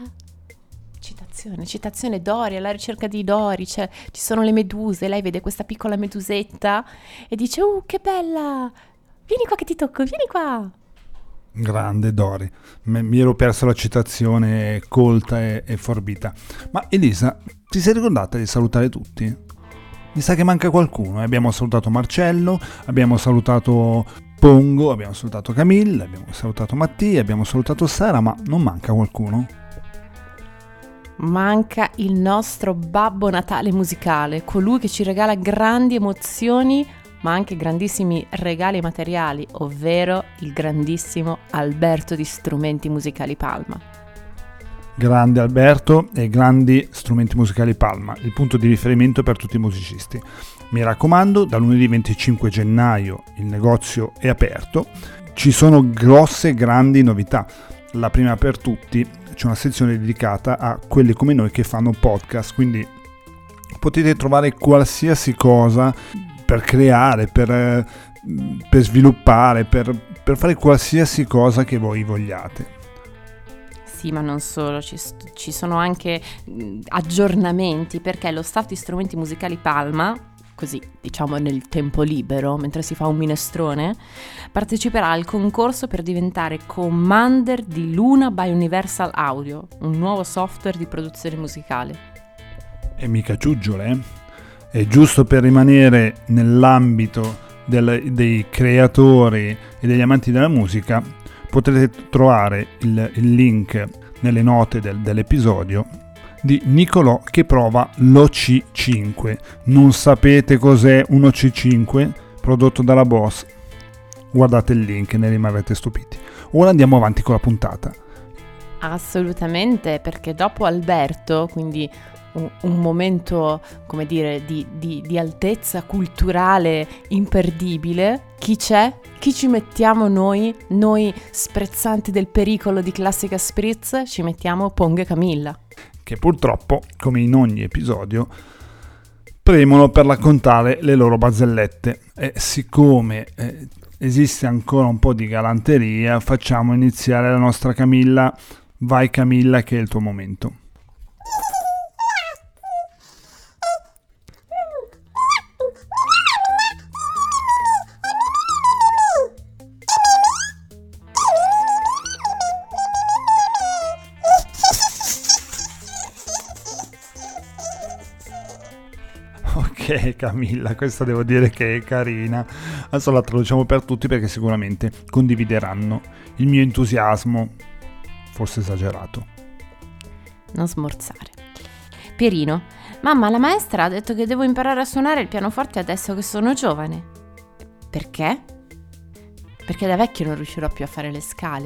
Citazione Dory, alla ricerca di Dory, ci sono le meduse, lei vede questa piccola medusetta e dice: che bella, vieni qua che ti tocco, vieni qua. Grande Dori, mi ero perso la citazione colta e forbita. Ma Elisa, ti sei ricordata di salutare tutti? Mi sa che manca qualcuno. Abbiamo salutato Marcello, abbiamo salutato Pongo, abbiamo salutato Camilla, abbiamo salutato Mattia, abbiamo salutato Sara, ma non manca qualcuno? Manca il nostro Babbo Natale musicale, colui che ci regala grandi emozioni ma anche grandissimi regali materiali, ovvero il grandissimo Alberto di Strumenti Musicali Palma. Grande Alberto e grandi Strumenti Musicali Palma, il punto di riferimento per tutti i musicisti. Mi raccomando, da lunedì 25 gennaio il negozio è aperto, ci sono grosse grandi novità. La prima per tutti, c'è una sezione dedicata a quelli come noi che fanno podcast, quindi potete trovare qualsiasi cosa per creare, per sviluppare, per fare qualsiasi cosa che voi vogliate. Sì, ma non solo, ci sono anche aggiornamenti, perché lo staff di Strumenti Musicali Palma, così diciamo nel tempo libero, mentre si fa un minestrone, parteciperà al concorso per diventare commander di Luna by Universal Audio, un nuovo software di produzione musicale. E mica giuggiole, È giusto per rimanere nell'ambito dei creatori e degli amanti della musica. Potrete trovare il link nelle note dell'episodio di Nicolò che prova l'OC5. Non sapete cos'è un OC5 prodotto dalla Boss? Guardate il link e ne rimarrete stupiti. Ora andiamo avanti con la puntata. Assolutamente, perché dopo Alberto, quindi un momento, come dire, di altezza culturale imperdibile, chi c'è? Chi ci mettiamo noi sprezzanti del pericolo di Classica Spritz? Ci mettiamo Pongo e Camilla, che purtroppo, come in ogni episodio, premono per raccontare le loro barzellette. E siccome esiste ancora un po' di galanteria, facciamo iniziare la nostra Camilla. Vai Camilla, che è il tuo momento. Ok Camilla, questa devo dire che è carina. Adesso la traduciamo per tutti perché sicuramente condivideranno il mio entusiasmo, forse esagerato. Non smorzare. Pierino: mamma, la maestra ha detto che devo imparare a suonare il pianoforte adesso che sono giovane. Perché? Perché da vecchio non riuscirò più a fare le scale.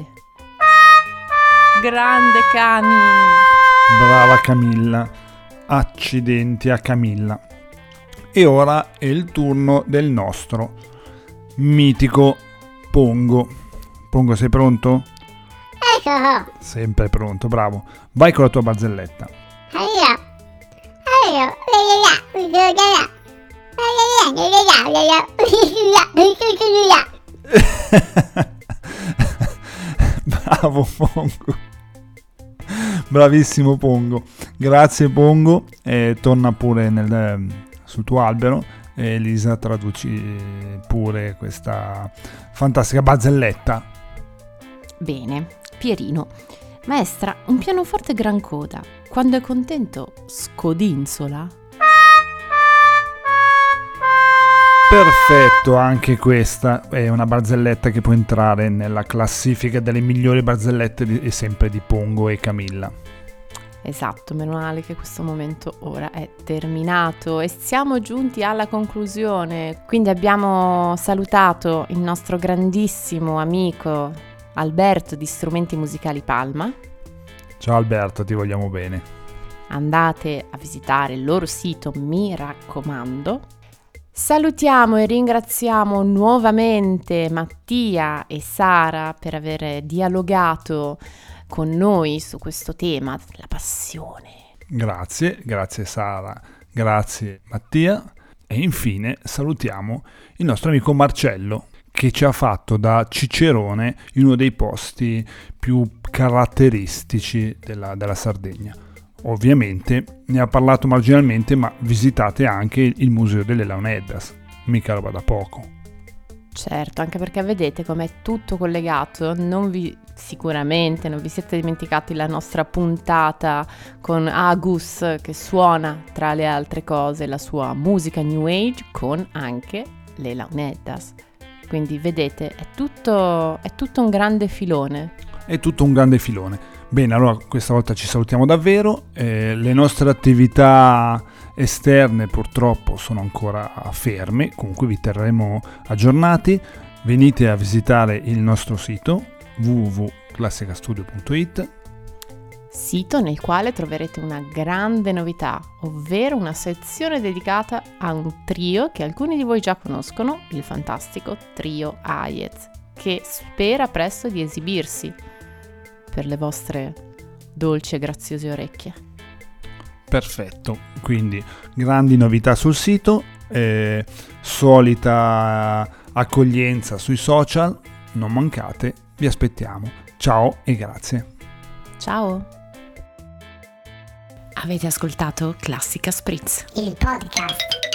Grande Cami! Brava Camilla, accidenti a Camilla. E ora è il turno del nostro mitico Pongo. Pongo, sei pronto? Sempre pronto, bravo. Vai con la tua barzelletta. Bravo Pongo. Bravissimo Pongo. Grazie Pongo. Torna pure sul tuo albero. Elisa, traduci pure questa fantastica barzelletta. Bene. Pierino: maestra, un pianoforte gran coda, quando è contento scodinzola. Perfetto, anche questa è una barzelletta che può entrare nella classifica delle migliori barzellette sempre di Pongo e Camilla. Esatto, meno male che questo momento ora è terminato e siamo giunti alla conclusione. Quindi abbiamo salutato il nostro grandissimo amico Alberto di Strumenti Musicali Palma. Ciao Alberto, ti vogliamo bene. Andate a visitare il loro sito, mi raccomando. Salutiamo e ringraziamo nuovamente Mattia e Sara per aver dialogato con noi su questo tema, la passione. Grazie Sara, grazie Mattia. E infine salutiamo il nostro amico Marcello, che ci ha fatto da cicerone in uno dei posti più caratteristici della Sardegna. Ovviamente ne ha parlato marginalmente, ma visitate anche il Museo delle Launeddas, mica roba da poco. Certo, anche perché vedete com'è tutto collegato, sicuramente non vi siete dimenticati la nostra puntata con Agus che suona tra le altre cose la sua musica New Age con anche le Launeddas. Quindi vedete, è tutto un grande filone. È tutto un grande filone. Bene, allora questa volta ci salutiamo davvero. Le nostre attività esterne purtroppo sono ancora ferme, comunque vi terremo aggiornati. Venite a visitare il nostro sito www.classicastudio.it, sito nel quale troverete una grande novità, ovvero una sezione dedicata a un trio che alcuni di voi già conoscono, il fantastico trio Hayez, che spera presto di esibirsi per le vostre dolci e graziose orecchie. Perfetto, quindi grandi novità sul sito, solita accoglienza sui social, non mancate, vi aspettiamo. Ciao e grazie. Ciao. Avete ascoltato Classica Spritz, il podcast.